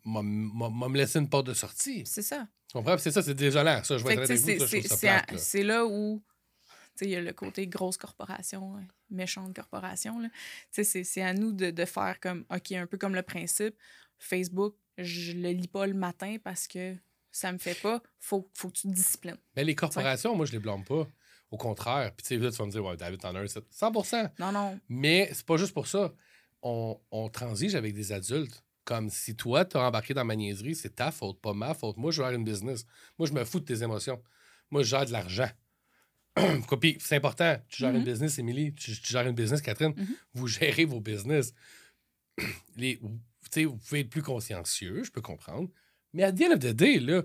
me laisser une porte de sortie. C'est ça. Tu comprends? Puis c'est ça, c'est désolant. Ça, je vais Fait être que, avec vous, ça, je trouve ça plate, là. c'est là où il y a le côté grosse corporation, méchante corporation. Là. C'est à nous de faire comme, OK, un peu comme le principe. Facebook, je le lis pas le matin parce que ça me fait pas. Faut que tu te disciplines. Mais les corporations, moi, je les blâme pas. Au contraire. Puis tu sais, là, tu vas me dire, ouais, David, t'en as un, 100%. Non. Mais c'est pas juste pour ça. On transige avec des adultes. Comme si toi, t'as embarqué dans ma niaiserie, c'est ta faute, pas ma faute. Moi, je gère une business. Moi, je me fous de tes émotions. Moi, je gère de l'argent. Puis c'est important. Tu gères une business, Émilie. Tu gères une business, Catherine. Vous gérez vos business. Vous pouvez être plus consciencieux, je peux comprendre. Mais à the end of the day, là,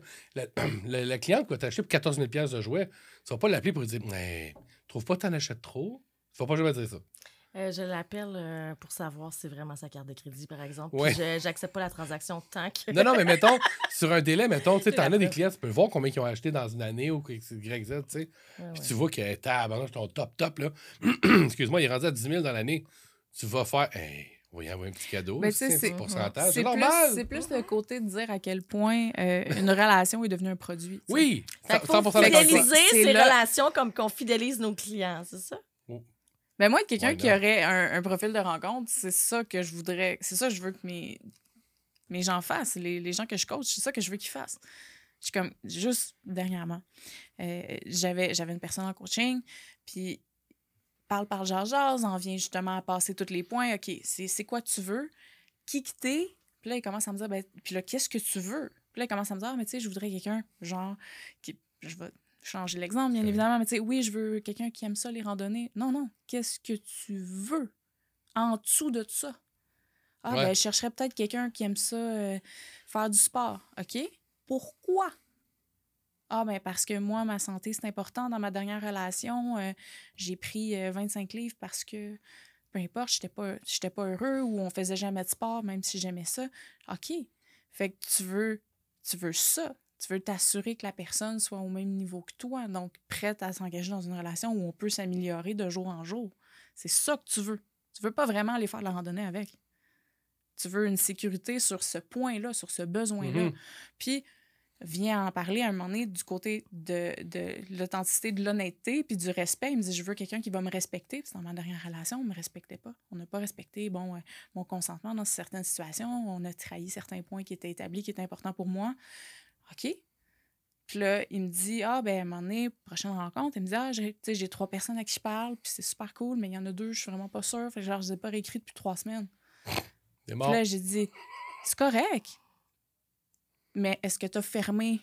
la cliente qui va t'acheter pour 14 000 $, de jouets, tu vas pas l'appeler pour lui dire hey, trouve pas que t'en achètes trop. Tu vas pas jamais dire ça. Je l'appelle pour savoir si c'est vraiment sa carte de crédit, par exemple. Ouais. Puis j'accepte pas la transaction tant que... Non, mais mettons, sur un délai, mettons, tu sais, t'en as des L'appel. clients, tu peux voir combien ils ont acheté dans une année ou YZ, tu sais. Ouais. Puis tu vois que ton top, là. Excuse-moi, il est rendu à 10 000 dans l'année. Tu vas faire, hey, voyons, un petit cadeau, Ben, c'est un petit pourcentage. C'est plus, normal. c'est plus le côté de dire à quel point une relation est devenue un produit. t'sais. Oui, Fait qu'il faut 100% d'accord avec toi. fidéliser C'est ces là- relations comme qu'on fidélise nos clients, c'est ça? Ben moi, quelqu'un Why qui not? aurait un profil de rencontre, c'est ça que je voudrais. C'est ça que je veux que mes gens fassent. Les gens que je coach, c'est ça que je veux qu'ils fassent. Je suis comme, juste dernièrement, j'avais une personne en coaching, puis parle, jase, en vient justement à passer tous les points. OK, c'est quoi tu veux? Qui que t'es? Puis là, il commence à me dire, ben, puis là, qu'est-ce que tu veux? Puis là, il commence à me dire, mais tu sais, je voudrais quelqu'un, genre, qui. Je vais changer l'exemple, bien évidemment, mais tu sais, oui, je veux quelqu'un qui aime ça, les randonnées. Non, qu'est-ce que tu veux en dessous de ça? Ah, Ouais. ben, je chercherais peut-être quelqu'un qui aime ça, faire du sport. OK? Pourquoi? Ah, ben, parce que moi, ma santé, c'est important. Dans ma dernière relation, j'ai pris 25 livres parce que, peu importe, j'étais pas heureux ou on faisait jamais de sport, même si j'aimais ça. OK. Fait que tu veux ça. Tu veux t'assurer que la personne soit au même niveau que toi, donc prête à s'engager dans une relation où on peut s'améliorer de jour en jour. C'est ça que tu veux. Tu veux pas vraiment aller faire de la randonnée avec. Tu veux une sécurité sur ce point-là, sur ce besoin-là. Puis, viens en parler à un moment donné du côté de l'authenticité, de l'honnêteté, puis du respect. Il me dit, je veux quelqu'un qui va me respecter. Puis dans ma dernière relation, on ne me respectait pas. On n'a pas respecté mon consentement dans certaines situations. On a trahi certains points qui étaient établis, qui étaient importants pour moi. OK. Puis là, il me dit, à un moment donné, prochaine rencontre, il me dit, j'ai 3 personnes à qui je parle, puis c'est super cool, mais il y en a 2, je suis vraiment pas sûre. Fait que je les ai pas réécrites depuis 3 semaines. C'est mort. Puis là, j'ai dit, c'est correct. Mais est-ce que tu as fermé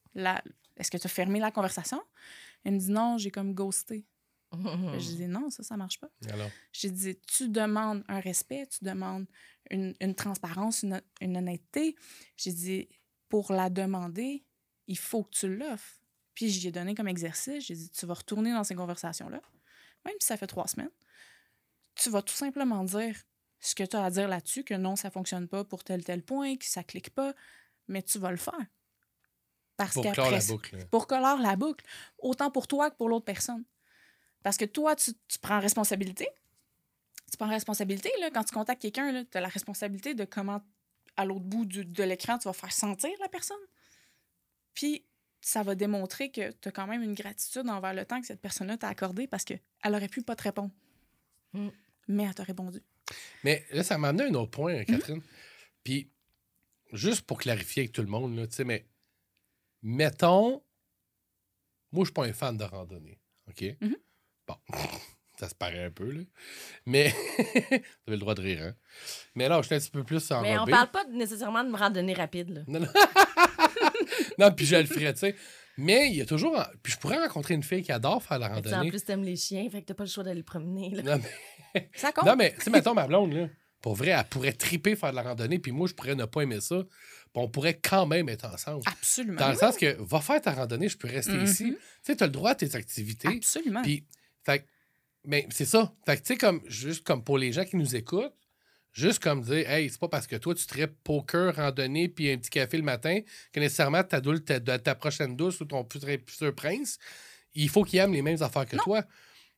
la conversation? Elle me dit non, j'ai comme ghosté. J'ai dit non, ça marche pas. Alors, J'ai dit, tu demandes un respect, tu demandes une transparence, une honnêteté. J'ai dit, pour la demander, il faut que tu l'offres. Puis j'y ai donné comme exercice, j'ai dit, tu vas retourner dans ces conversations-là, même si ça fait 3 semaines. Tu vas tout simplement dire ce que tu as à dire là-dessus, que non, ça fonctionne pas pour tel point, que ça clique pas, mais tu vas le faire. Parce pour qu'après, clore la boucle. Là. pour clore la boucle, autant pour toi que pour l'autre personne. Parce que toi, tu prends responsabilité. Tu prends responsabilité, là, quand tu contactes quelqu'un, tu as la responsabilité de comment, à l'autre bout de l'écran, tu vas faire sentir la personne. Puis, ça va démontrer que tu as quand même une gratitude envers le temps que cette personne-là t'a accordé parce qu'elle aurait pu pas te répondre. Mais elle t'a répondu. Mais là, ça m'a amené à un autre point, Catherine. Puis, juste pour clarifier avec tout le monde, là, tu sais, mais mettons, moi, je suis pas un fan de randonnée, OK? Bon, ça se paraît un peu, là. Mais, vous avez le droit de rire, hein? Mais là, je suis un petit peu plus enrobé. Mais on parle pas nécessairement de randonnée rapide, là. Non. Non, puis je le ferais, tu sais. Mais il y a toujours... Puis je pourrais rencontrer une fille qui adore faire la Mais tu sais, randonnée. en plus, t'aimes les chiens, fait que t'as pas le choix d'aller promener, là. Non, mais... Ça compte? Non, mais, tu sais, mettons ma blonde, là. Pour vrai, elle pourrait triper faire de la randonnée, puis moi, je pourrais ne pas aimer ça. Puis on pourrait quand même être ensemble. Absolument. Dans le sens que, va faire ta randonnée, je peux rester ici. Tu sais, tu as le droit à tes activités. Absolument. Puis, fait mais c'est ça. Fait que, tu sais, comme, juste comme pour les gens qui nous écoutent, juste comme dire, hey, c'est pas parce que toi, tu traites poker, randonnée, puis un petit café le matin, que nécessairement ta prochaine douce ou ton futur prince, il faut qu'il aime les mêmes affaires que toi.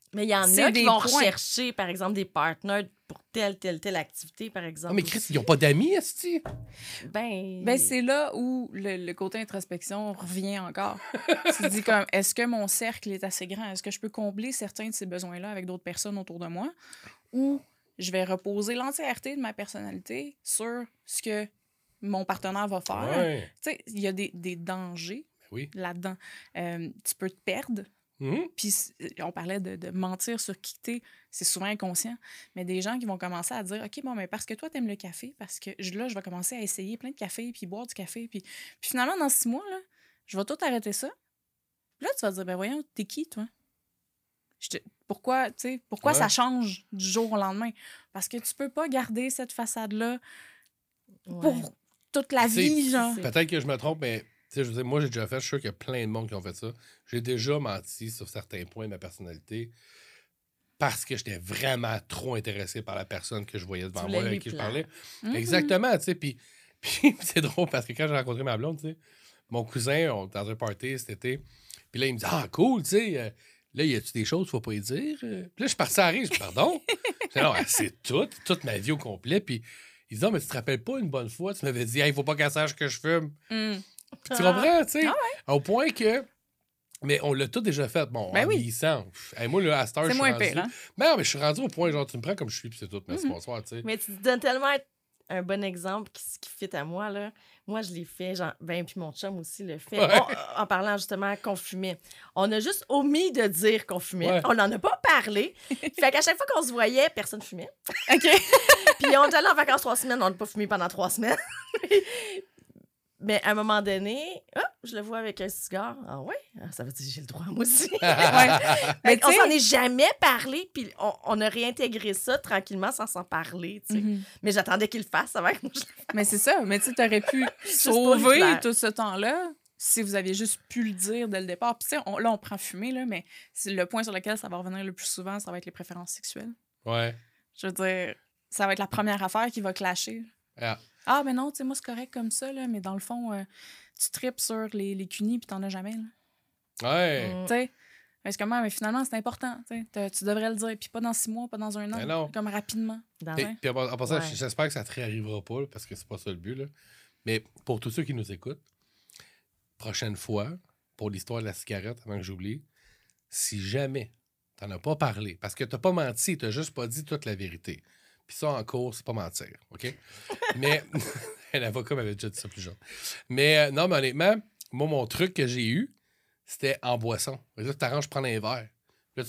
Mais il y en C'est a qui des vont points. rechercher, par exemple, des partenaires pour telle activité, par exemple. Non, mais Chris, aussi. ils n'ont pas d'amis, esti. Ben, C'est là où le côté introspection revient encore. Tu te dis comme, est-ce que mon cercle est assez grand? Est-ce que je peux combler certains de ces besoins-là avec d'autres personnes autour de moi? Ou je vais reposer l'entièreté de ma personnalité sur ce que mon partenaire va faire? Ouais. Tu sais, il y a des dangers Oui. là-dedans. Tu peux te perdre. Mhm. Puis on parlait de mentir sur qui t'es, c'est souvent inconscient. Mais des gens qui vont commencer à dire, OK, bon, mais parce que toi, t'aimes le café, parce que là, je vais commencer à essayer plein de café, puis boire du café. Puis finalement, dans 6 mois, là, je vais tout arrêter ça. Puis là, tu vas te dire, ben voyons, t'es qui, toi? Pourquoi Ouais. ça change du jour au lendemain? Parce que tu peux pas garder cette façade-là ouais. pour toute la Tu sais, vie, genre. Peut-être que je me trompe, mais tu sais, je veux dire, moi, j'ai déjà fait, je suis sûr qu'il y a plein de monde qui ont fait ça. J'ai déjà menti sur certains points de ma personnalité parce que j'étais vraiment trop intéressé par la personne que je voyais devant Tu moi, voulais avec qui je lui parlais. Mhm. Exactement, tu sais. Puis c'est drôle parce que quand j'ai rencontré ma blonde, tu sais, mon cousin, on était dans un party cet été. Puis là, il me dit, ah, cool, tu sais. Là, y a-tu des choses qu'il faut pas y dire? Puis là, je suis parti à rire. Je dis, pardon? Je dis, non, c'est toute ma vie au complet. Puis il dit, non, mais tu te rappelles pas une bonne fois, tu m'avais dit, il faut pas qu'elle sache que je fume. Mm. Puis tu comprends, tu sais? Ah Au point que. Mais on l'a tout déjà fait. Bon, Ben en oui. vieillissant. Hey, moi, là, à cette heure, C'est je suis moins rendu. pire, hein? Mais non, mais je suis rendu au point, genre, tu me prends comme je suis, puis c'est tout. Merci, Mhm. bonsoir, tu sais. Mais tu te donnes tellement un bon exemple qui fit à moi, là. Moi, je l'ai fait, genre, ben, puis mon chum aussi le fait. Ouais. En parlant justement qu'on fumait. On a juste omis de dire qu'on fumait. Ouais. On n'en a pas parlé. Fait qu'à chaque fois qu'on se voyait, personne fumait. OK. Puis on est allé en vacances 3 semaines, on n'a pas fumé pendant 3 semaines. Mais à un moment donné, hop, je le vois avec un cigare. Ah ouais? Ah, ça veut dire que j'ai le droit, moi aussi. Mais Fait qu'on tu sais- s'en est jamais parlé, puis on a réintégré ça tranquillement sans s'en parler, tu sais. Mhm. Mais j'attendais qu'il le fasse avant que moi je le fasse. Mais c'est ça. Mais tu sais, t'aurais pu pour lui sauver plaire. tout ce temps-là si vous aviez juste pu le dire dès le départ. Puis tu sais, là, on prend fumer, là, mais c'est le point sur lequel ça va revenir le plus souvent, ça va être les préférences sexuelles. Ouais. Je veux dire, ça va être la première affaire qui va clasher. Ah. Ah, mais non, tu sais, moi, c'est correct comme ça, là, mais dans le fond, tu tripes sur les cunis puis t'en as jamais, là. Ouais. Mm. Tu sais, est-ce que mais finalement, c'est important, tu sais. Tu devrais le dire, puis pas dans 6 mois, pas dans 1 an, Mais non. comme rapidement. Dans Et, un- puis en passant, Ouais. j'espère que ça te réarrivera pas, là, parce que c'est pas ça le but, là. Mais pour tous ceux qui nous écoutent, prochaine fois, pour l'histoire de la cigarette, avant que j'oublie, si jamais t'en as pas parlé, parce que t'as pas menti, t'as juste pas dit toute la vérité. Puis ça, en cours, c'est pas mentir, OK? Mais l'avocat m'avait déjà dit ça plus jeune. Mais non, mais honnêtement, moi, mon truc que j'ai eu, c'était en boisson. Là, tu t'arranges, je prends un verre. Là,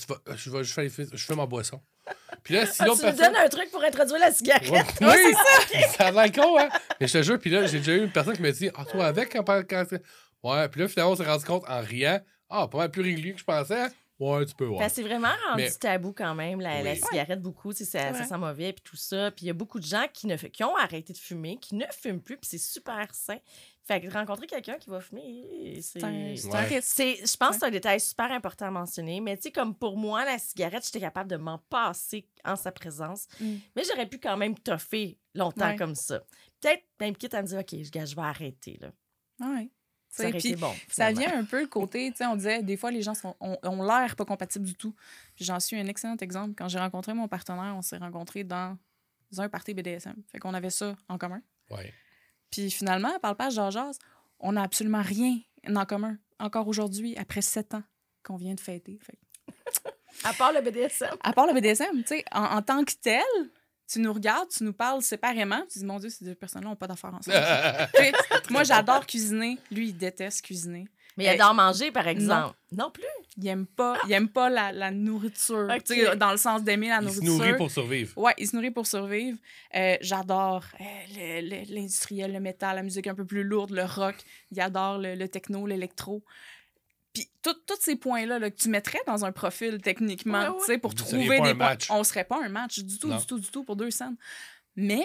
je fume en boisson. Puis là, si Ah, l'autre tu me personne... donnes un truc pour introduire la cigarette. Ouais, oui, ça a l'air con, hein? Mais je te jure, puis là, j'ai déjà eu une personne qui m'a dit, ah, toi, avec, quand... Ouais, puis là, finalement, on s'est rendu compte en riant, ah, pas mal plus régulier que je pensais. Ouais, tu peux, ouais. Ben, c'est vraiment rendu Mais- tabou quand même, la Oui. cigarette, beaucoup. Tu sais, ça Ouais. sent mauvais, puis tout ça. Puis il y a beaucoup de gens qui ont arrêté de fumer, qui ne fument plus, puis c'est super sain. Fait que rencontrer quelqu'un qui va fumer, c'est... C'est un Ouais. risque. Je pense que c'est un détail super important à mentionner. Mais tu sais, comme pour moi, la cigarette, j'étais capable de m'en passer en sa présence. Mm. Mais j'aurais pu quand même toffer longtemps Ouais. comme ça. Peut-être même quitte à me dire, OK, je vais arrêter, là. Ouais. Ça aurait Puis été bon. ça finalement. vient un peu le côté, tu sais, on disait, des fois, les gens ont l'air pas compatibles du tout. Puis j'en suis un excellent exemple. Quand j'ai rencontré mon partenaire, on s'est rencontrés dans un party BDSM. Fait qu'on avait ça en commun. Ouais. Puis finalement, par le page Jazz, on n'a absolument rien en commun. Encore aujourd'hui, après 7 ans qu'on vient de fêter. Fait que À part le BDSM. à part le BDSM, tu sais, en tant que tel, tu nous regardes, tu nous parles séparément, tu dis, mon Dieu, ces deux personnes-là n'ont pas d'affaires ensemble. Tu sais, moi, j'adore cuisiner. Lui, il déteste cuisiner. Mais il adore manger, par exemple. Non plus. Il aime pas la nourriture. Ok. Tu sais, dans le sens d'aimer la Il se nourriture. nourrit pour survivre. Ouais, il se nourrit pour survivre. J'adore l'industriel, le métal, la musique un peu plus lourde, le rock. Il adore le techno, l'électro. Puis tous ces points-là là, que tu mettrais dans un profil techniquement, Ouais, ouais. tu sais, pour Vous seriez trouver pas des un points. match. On serait pas un match du Non. tout pour 2 scènes. Mais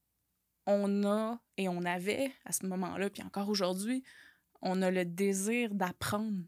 on a et on avait à ce moment-là, puis encore aujourd'hui, on a le désir d'apprendre.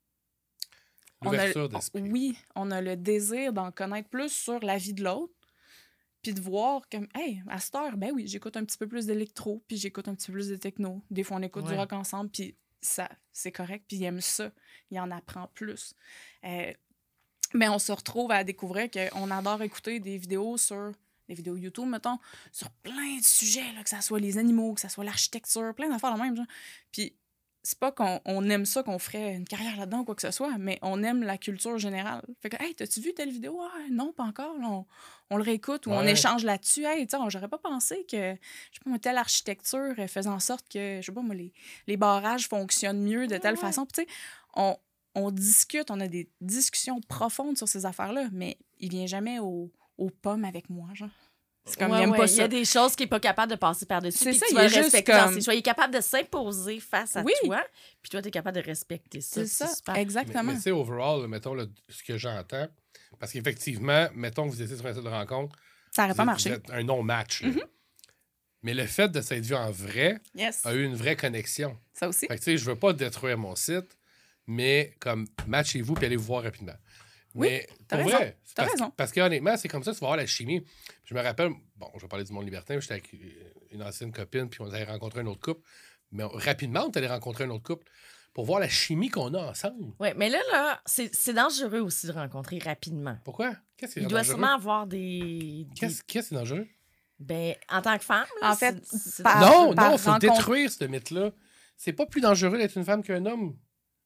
L'ouverture d'esprit. Oui, on a le désir d'en connaître plus sur la vie de l'autre, puis de voir comme, hey, à cette heure, ben oui, j'écoute un petit peu plus d'électro, puis j'écoute un petit peu plus de techno. Des fois, on écoute du Ouais. rock ensemble, puis ça, c'est correct, puis il aime ça. Il en apprend plus. Mais on se retrouve à découvrir qu'on adore écouter des vidéos YouTube, mettons, sur plein de sujets, là, que ce soit les animaux, que ce soit l'architecture, plein d'affaires de même. Genre. Puis c'est pas qu'on aime ça, qu'on ferait une carrière là-dedans ou quoi que ce soit, mais on aime la culture générale. Fait que, hey, t'as-tu vu telle vidéo? Ah, non, pas encore. Là, on le réécoute ou on échange là-dessus. Hey, tu sais, j'aurais pas pensé que, je sais pas, telle architecture faisait en sorte que, je sais pas, moi, les barrages fonctionnent mieux de telle façon. Puis, tu sais, on discute, on a des discussions profondes sur ces affaires-là, mais il vient jamais aux pommes avec moi, genre. C'est comme, il aime pas ça. Il y a des choses qu'il n'est pas capable de passer par-dessus. C'est ça, tu il vas est juste respecter comme... dans ses choix. Il est capable de s'imposer face à toi, puis toi, tu es capable de respecter ça. C'est ça, super. exactement. Mais tu sais, overall, là, mettons, là, ce que j'entends, parce qu'effectivement, mettons que vous étiez sur un site de rencontre, ça n'aurait pas marché. Vous êtes un non-match. Mais le fait de s'être vu en vrai a eu une vraie connexion. Ça aussi. Fait que tu sais, je veux pas détruire mon site, mais comme matchez-vous puis allez vous voir rapidement. Mais t'as pour raison. vrai, T'as raison. parce qu'honnêtement, c'est comme ça que tu vas avoir la chimie. Je me rappelle, bon, je vais parler du monde libertin, j'étais avec une ancienne copine, puis on allait rencontrer un autre couple. Mais rapidement, on allait rencontrer un autre couple pour voir la chimie qu'on a ensemble. Oui, mais là, c'est dangereux aussi de rencontrer rapidement. Pourquoi? Qu'est-ce qui est Il dangereux? doit sûrement avoir des... Qu'est-ce qui est dangereux? Ben, en tant que femme, là, en fait, non, il faut détruire ce mythe-là. C'est pas plus dangereux d'être une femme qu'un homme.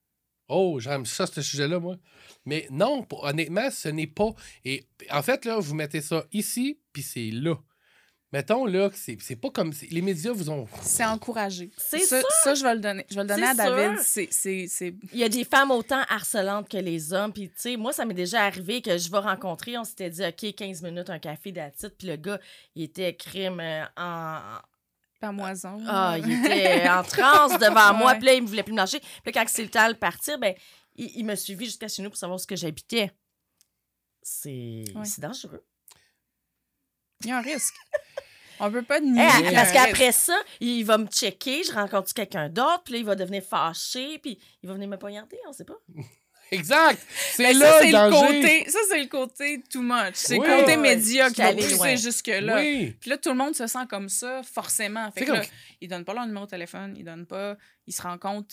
Oh, j'aime ça, ce sujet-là, moi. Mais non, honnêtement, ce n'est pas... Et en fait, là, vous mettez ça ici, puis c'est là. Mettons, là, c'est pas comme... Les médias vous ont... C'est encouragé. C'est ça, sûr. ça, je vais le donner. Je vais le donner à David. C'est... Il y a des femmes autant harcelantes que les hommes. Puis, tu sais, moi, ça m'est déjà arrivé que je vais rencontrer, on s'était dit, OK, 15 minutes, un café d'attitude. Puis le gars, il était crime en... Pamoison. Ah, il était en transe devant moi, puis là, il me voulait plus me lâcher. Puis là, quand c'est le temps de partir, ben, il m'a suivi jusqu'à chez nous pour savoir où j'habitais. C'est dangereux. Il y a un risque. On peut pas nier. Parce qu'après ça, il va me checker, je rencontre quelqu'un d'autre, puis là, il va devenir fâché, puis il va venir me poignarder, on sait pas. Exact! C'est mais là ça, le danger! C'est le côté too much. C'est Oui. le côté média qui va allé pousser loin. jusque-là. Oui. Puis là, tout le monde se sent comme ça, forcément. Fait C'est que là, comme- ils donnent pas leur numéro de téléphone, ils se rencontrent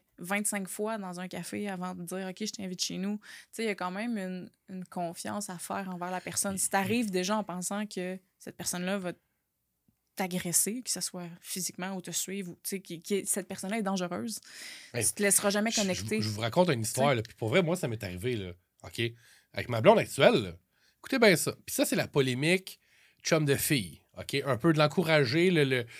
25 fois dans un café avant de dire « OK, je t'invite chez nous ». Tu sais, il y a quand même une confiance à faire envers la personne. Si t'arrives déjà en pensant que cette personne-là va t'agresser, que ce soit physiquement ou te suivre, ou tu sais, cette personne-là est dangereuse, Hey, tu te laisseras jamais connecter. Je vous raconte une histoire, là, puis pour vrai, moi, ça m'est arrivé, là, OK? Avec ma blonde actuelle, là. Écoutez bien ça. Puis ça, c'est la polémique chum de fille, OK? Un peu de l'encourager,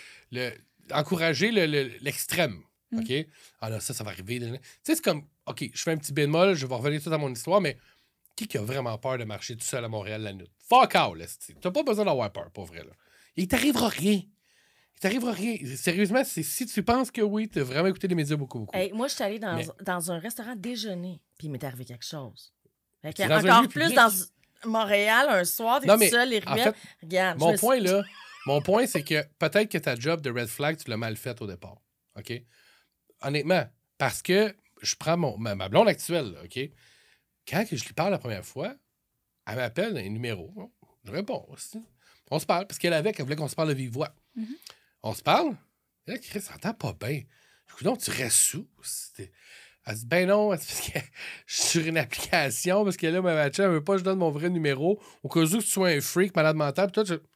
encourager l'extrême, OK? Ah là, ça va arriver. Tu sais, c'est comme, OK, je fais un petit bémol, je vais revenir tout à mon histoire, mais qui a vraiment peur de marcher tout seul à Montréal la nuit? Fuck all, t'as pas besoin d'avoir peur, pas vrai, là. Il t'arrivera rien. Il t'arrivera rien. Sérieusement, si tu penses que oui, t'as vraiment écouté les médias beaucoup. Hey, moi, je suis allée dans un restaurant déjeuner, puis il m'est arrivé quelque chose. Fait que C'est dans un encore lieu plus public. dans Montréal, un soir, t'es Non, tout mais, seul, les en ruelles. fait, Regarde, mon point, c'est que peut-être que ta job de red flag, tu l'as mal faite au départ. OK? Honnêtement, parce que je prends ma blonde actuelle, là, OK? Quand que je lui parle la première fois, elle m'appelle un numéro. Je réponds aussi. On se parle, parce qu'elle voulait qu'on se parle de vive voix. On se parle. Et là, Chris, ça entend pas bien. Je dis, non, tu restes sous. Elle dit, ben non, c'est parce que je suis sur une application, parce que là, ma match, elle veut pas que je donne mon vrai numéro, au cas où tu sois un freak, malade mental, puis toi,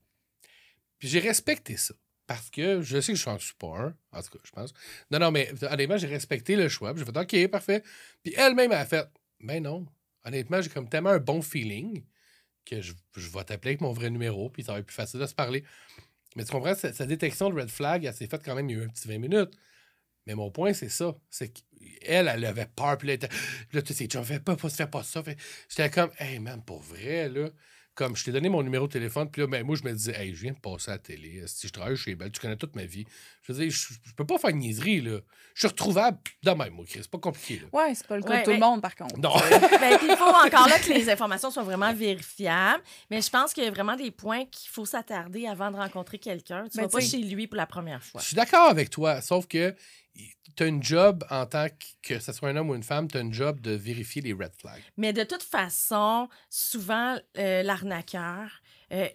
Puis j'ai respecté ça. Parce que je sais que je suis pas un, en tout cas, je pense. Non, mais honnêtement, j'ai respecté le choix. Puis j'ai fait, OK, parfait. Puis elle-même, elle a fait, ben non. Honnêtement, j'ai comme tellement un bon feeling que je vais t'appeler avec mon vrai numéro, puis ça va être plus facile de se parler. Mais tu comprends, sa détection de red flag, elle s'est faite quand même il y a eu un petit 20 minutes. Mais mon point, c'est ça. C'est qu'elle, elle avait peur, puis là, tu sais, tu fais pas ça. J'étais comme, hey man, pour vrai, là. Comme je t'ai donné mon numéro de téléphone, puis là, ben, moi, je me disais, hey, je viens de passer à la télé. Si je travaille chez Belle, tu connais toute ma vie. Je veux dire, je peux pas faire une niaiserie, là. Je suis retrouvable de même, moi, Chris. C'est pas compliqué, là. Ouais, c'est pas le cas de tout le monde, par contre. Non. Ben, puis il faut encore là que les informations soient vraiment vérifiables. Mais je pense qu'il y a vraiment des points qu'il faut s'attarder avant de rencontrer quelqu'un. Tu vas pas chez lui pour la première fois. Je suis d'accord avec toi, sauf que tu as une job en tant que ce soit un homme ou une femme, tu as une job de vérifier les red flags. Mais de toute façon, souvent, l'arnaqueur,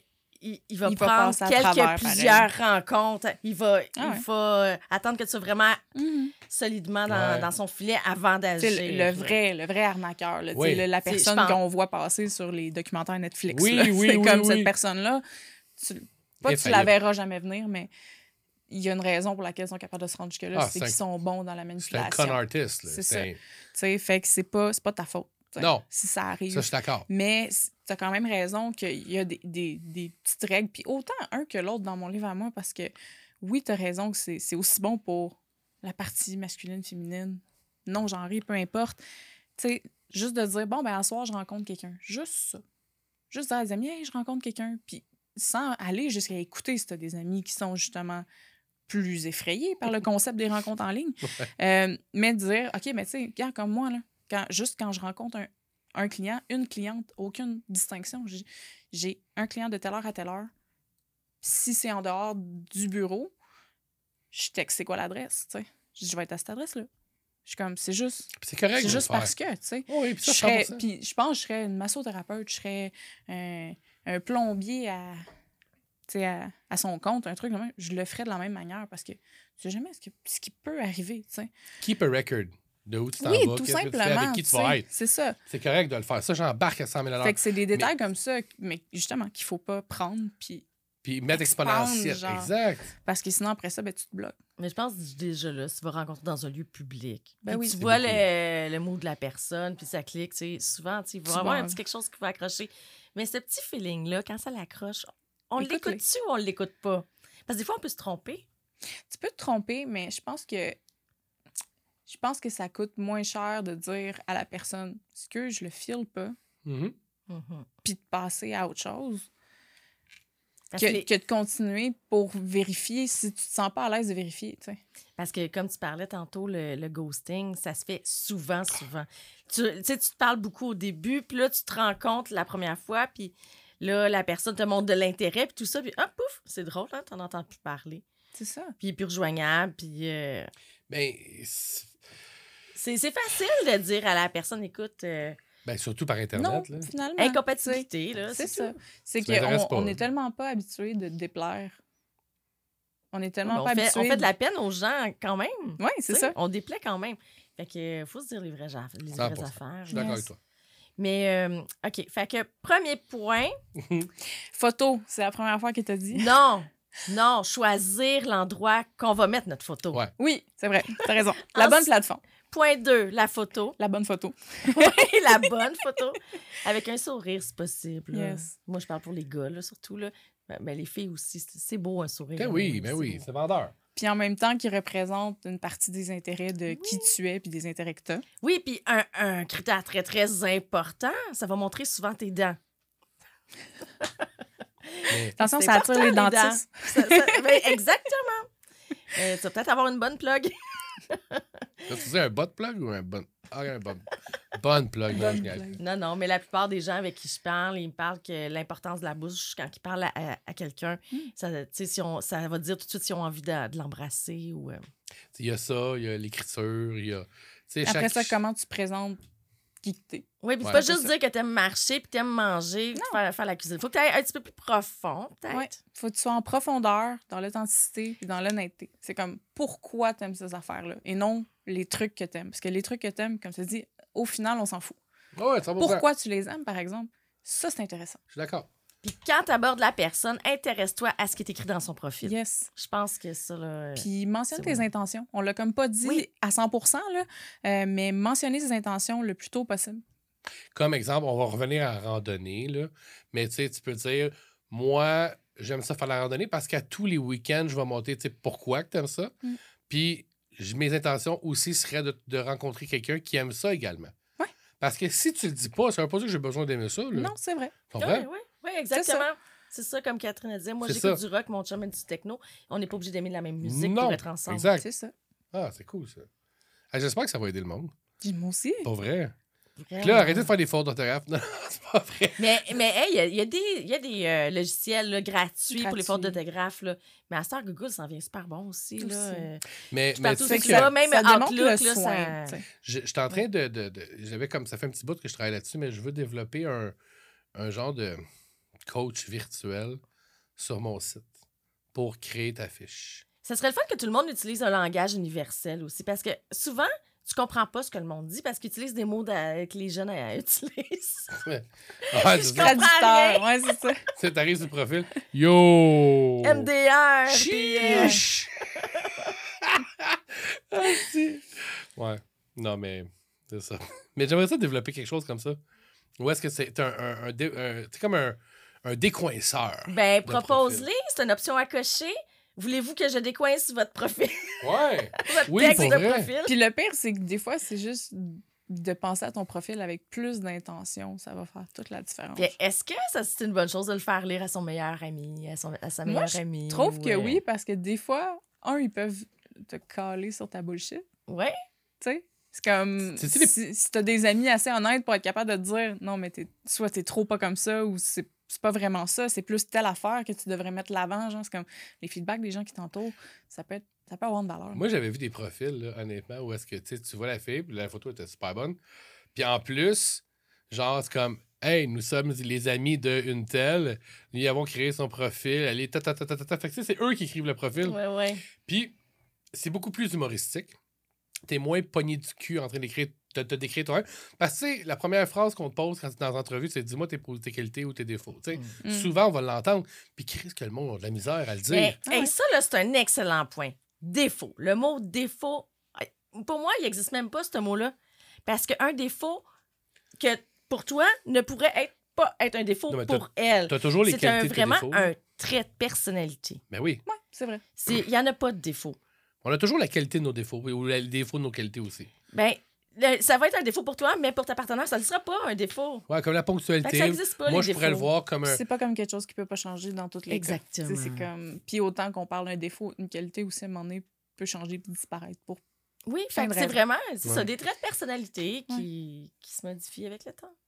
il va Il va prendre passer à travers, plusieurs rencontres. Il va attendre que tu sois vraiment Mhm. solidement Ouais. dans son filet avant d'agir. Tu sais, le vrai arnaqueur, là, tu Oui. sais, la C'est- personne je pense- qu'on voit passer sur les documentaires Netflix. Oui, là. oui, C'est oui, comme oui. cette personne-là. Pas que tu la Infaillible. verras jamais venir, mais il y a une raison pour laquelle ils sont capables de se rendre jusque-là, Ah, c'est c'est qu'ils sont bons dans la C'est un manipulation. con artist. Là. C'est C'est ça. un- Tu sais, fait que c'est pas ta faute. tu sais, Non. Si ça arrive. Ça, je suis d'accord. Mais tu as quand même raison qu'il y a des petites règles. Puis autant un que l'autre dans mon livre à moi, parce que oui, tu as raison que c'est aussi bon pour la partie masculine, féminine, non genrée, peu importe. Tu sais, juste de dire, bon, ben, un soir, je rencontre quelqu'un. Juste ça. Juste dire à des amis, hey, je rencontre quelqu'un. Puis sans aller jusqu'à écouter si tu as des amis qui sont justement plus effrayés par le concept des rencontres en ligne. Mais de dire, OK, mais tu sais, regarde comme moi, là. Quand je rencontre un client, une cliente, aucune distinction. J'ai un client de telle heure à telle heure. Si c'est en dehors du bureau, je texte c'est quoi l'adresse, tu sais. Je vais être à cette adresse-là. Je suis comme, c'est juste, Puis c'est correct. c'est de juste le faire. parce que, tu sais. Oui, puis ça, Je serais- 100%. Puis je pense que je serais une massothérapeute, je serais un plombier à son compte, un truc comme ça. Je le ferais de la même manière parce que tu sais jamais ce qui peut arriver, tu sais. Keep a record de où tu t'en Oui, vas, tout qu'est-ce que tu fais, simplement. avec qui tu tu vas sais, être. C'est ça. C'est correct de le faire. Ça, j'embarque à 100 000 Fait que c'est des détails comme ça, mais justement, qu'il faut pas prendre, puis Puis mettre expandre, exponentiel. genre. Exact. parce que sinon, après ça, ben, tu te bloques. Mais je pense déjà là, si tu vas rencontrer dans un lieu public, Ben puis oui, tu c'est vois beaucoup. le mot de la personne, puis ça clique, tu sais, souvent, tu sais, il va y avoir Souvent. un petit quelque chose qui va accrocher. Mais ce petit feeling-là, quand ça l'accroche, on Écoute-le. l'écoute-tu ou on l'écoute pas? Parce que des fois, on peut se tromper. Tu peux te tromper, mais je pense que ça coûte moins cher de dire à la personne ce que je le file pas, Mhm. Mhm. puis de passer à autre chose, Parce, que, que les- que de continuer pour vérifier si tu te sens pas à l'aise de vérifier, tu sais. parce que comme tu parlais tantôt, le ghosting, ça se fait souvent. Tu sais, tu te parles beaucoup au début, puis là, tu te rends compte la première fois, puis là, la personne te montre de l'intérêt, puis tout ça, puis hop, pouf, c'est drôle, hein, t'en entends plus parler. C'est ça. Puis il est plus rejoignable, puis... Ben, C'est facile de dire à la personne, écoute, ben, surtout par Non, Internet. Là. finalement. incompatibilité, là, C'est c'est ça. tout. C'est Ça m'intéresse qu'on pas. n'est tellement pas habitué de déplaire. On est tellement On pas fait, habitué. on fait de la peine aux gens quand même. Oui, c'est tu sais. ça. On déplaît quand même. Fait que faut se dire les vraies 100%. affaires. Je suis d'accord Yes. avec toi. Mais, OK. Fait que premier point, Photo, c'est la première fois que tu as dit. non, choisir l'endroit qu'on va mettre notre photo. Ouais. Oui, c'est vrai. T'as raison. La bonne plateforme. Point 2, la photo. La bonne photo. La bonne photo. Avec un sourire, si possible. là. Yes. Moi, je parle pour les gars, là, surtout. Là. Mais les filles aussi, c'est beau un sourire. Ben oui, ben c'est oui, beau. c'est vendeur. Puis en même temps, qui représente une partie des intérêts de qui tu es puis des intérêts que tu as. Oui, puis un critère très, très important, ça va montrer souvent tes dents. Mais Attention, C'est ça attire important, les dents. dentistes. Ben, exactement. Tu vas peut-être avoir une bonne plug. tu dis un bot plug ou un bon. Ah, un bon. Bonne plug. non, je niaise. Non, mais la plupart des gens avec qui je parle, ils me parlent que l'importance de la bouche, quand ils parlent à quelqu'un, ça, tu sais, ça va dire tout de suite s'ils ont envie de l'embrasser ou... Il y a ça, il y a l'écriture, il y a. tu sais, Après chaque- ça, comment tu présentes qui que t'es. Oui, puis Ouais. pas C'est juste ça. dire que t'aimes marcher puis t'aimes manger, puis faire la cuisine. Faut que t'ailles un petit peu plus profond, peut-être. Ouais. Faut que tu sois en profondeur, dans l'authenticité et dans l'honnêteté. C'est comme pourquoi t'aimes ces affaires-là et non les trucs que t'aimes. Parce que les trucs que t'aimes, comme tu dis, au final, on s'en fout. Ouais, 100%. Pourquoi tu les aimes, par exemple? Ça, c'est intéressant. Je suis d'accord. Puis quand t'abordes la personne, intéresse-toi à ce qui est écrit dans son profil. Yes. Je pense que ça, là... Puis mentionne c'est tes vrai. intentions. On l'a comme pas dit Oui. à 100%, là, mais mentionner ses intentions le plus tôt possible. Comme exemple, on va revenir à la randonnée, là. Mais tu sais, tu peux dire, moi, j'aime ça faire la randonnée parce qu'à tous les week-ends, je vais monter, tu sais, pourquoi que tu aimes ça. Mm. Puis mes intentions aussi seraient de rencontrer quelqu'un qui aime ça également. Ouais. Parce que si tu le dis pas, ça veut pas dire que j'ai besoin d'aimer ça. Là. Non, c'est vrai. Tu comprends? Oui, exactement. C'est ça, comme Catherine a dit. Moi, C'est j'écoute ça. du rock, mon chum aime du techno. On n'est pas obligé d'aimer la même musique Non, pour être ensemble. exact. C'est ça. Ah, c'est cool, ça. Ah, j'espère que ça va aider le monde. Puis moi aussi. Pas vrai. Vraiment. Puis là, arrêtez de faire des fautes d'orthographe. Non, c'est pas vrai. Mais hey, il y a des logiciels là, gratuits pour les fautes Gratuits. d'orthographe. Là. Mais à Star Google, ça en vient super bon aussi. Là. Aussi. Mais Partout tu sais où que tu vas, même ça démontre Outlook, le là, soin. ça... tu sais. j'étais en train j'avais comme ça fait un petit bout que je travaille là-dessus, mais je veux développer un genre de coach virtuel sur mon site pour créer ta fiche. Ça serait le fun que tout le monde utilise un langage universel aussi, parce que souvent, tu comprends pas ce que le monde dit parce qu'ils utilisent des mots que les jeunes utilisent. Ouais, Je c'est ça. comprends Traducteur, rien. ouais, c'est ça. Tu sais, t'arrives sur le profil. Yo! MDR. puis, Chiche! Ah, si. Ouais. Non, mais c'est ça. Mais j'aimerais ça développer quelque chose comme ça. Ou est-ce que c'est c'est comme un décoinceur? Ben, de propose-les, profil. c'est une option à cocher. Voulez-vous que je décoince votre profil, Ouais. votre Oui, texte pour de vrai. profil? Puis le pire, c'est que des fois, c'est juste de penser à ton profil avec plus d'intention. Ça va faire toute la différence. Puis est-ce que ça, c'est une bonne chose de le faire lire à son meilleur ami, à sa Moi, meilleure je amie? trouve que ou, oui, parce que des fois, ils peuvent te caler sur ta bullshit. Ouais. Tu sais? C'est comme C'est-tu les- si t'as des amis assez honnêtes pour être capable de te dire non, mais soit t'es trop pas comme ça ou c'est pas vraiment ça, c'est plus telle affaire que tu devrais mettre l'avant. Genre, c'est comme les feedbacks des gens qui t'entourent, ça peut avoir une valeur. Moi, j'avais vu des profils, là, honnêtement, où est-ce que tu vois la fille, puis la photo était super bonne. Puis en plus, genre, c'est comme, hey, nous sommes les amis d'une telle, nous y avons créé son profil, elle est ta. Fait que tu sais, c'est eux qui écrivent le profil. Ouais. Puis c'est beaucoup plus humoristique. T'es moins pogné du cul en train d'écrire, te décrire toi-même. Parce que, tu sais, la première phrase qu'on te pose quand tu es dans l'entrevue, c'est dis-moi tes qualités ou tes défauts. Tu sais, souvent, on va l'entendre. Puis, qu'est-ce que le monde a de la misère à le dire? Mais, Ah ouais. ça, là, c'est un excellent point. Défaut. Le mot défaut, pour moi, il n'existe même pas, ce mot-là. Parce qu'un défaut que pour toi ne pourrait pas être un défaut Non, mais pour elle. T'as toujours les C'est qualités de tes vraiment défauts. un trait de personnalité. Ben oui. Ouais, c'est vrai. Il n'y en a pas de défaut. On a toujours la qualité de nos défauts, ou les défauts de nos qualités aussi. Ben, ça va être un défaut pour toi, mais pour ta partenaire, ça ne sera pas un défaut. Ouais, comme la Fait que ponctualité. ça n'existe pas, Moi, les je pourrais le défauts. voir comme un. C'est pas comme quelque chose qui peut pas changer dans toutes les Exactement. cas. Tu sais, c'est comme puis autant qu'on parle d'un défaut, une qualité aussi à un moment donné peut changer puis disparaître pour Oui, Plein fait que de c'est raisons. vraiment c'est Ouais. ça, des traits de personnalité qui se modifient avec le temps.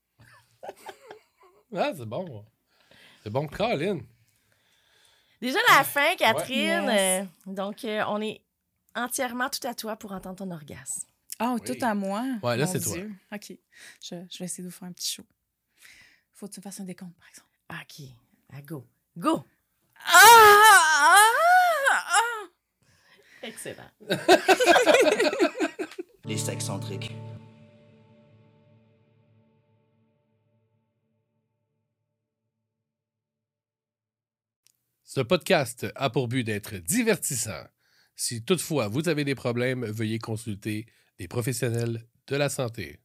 Ah, c'est bon. C'est bon, Colin. Déjà la fin, Catherine. Yes. Donc, on est entièrement tout à toi pour entendre ton orgasme. Ah, Oui. tout à moi. Ouais, là, Mon c'est toi. Dieu. OK. Je vais essayer de vous faire un petit show. Faut que tu me fasses un décompte, par exemple. OK. À go. Go! Excellent. Les sexcentriques. Ce podcast a pour but d'être divertissant. Si toutefois vous avez des problèmes, veuillez consulter des professionnels de la santé.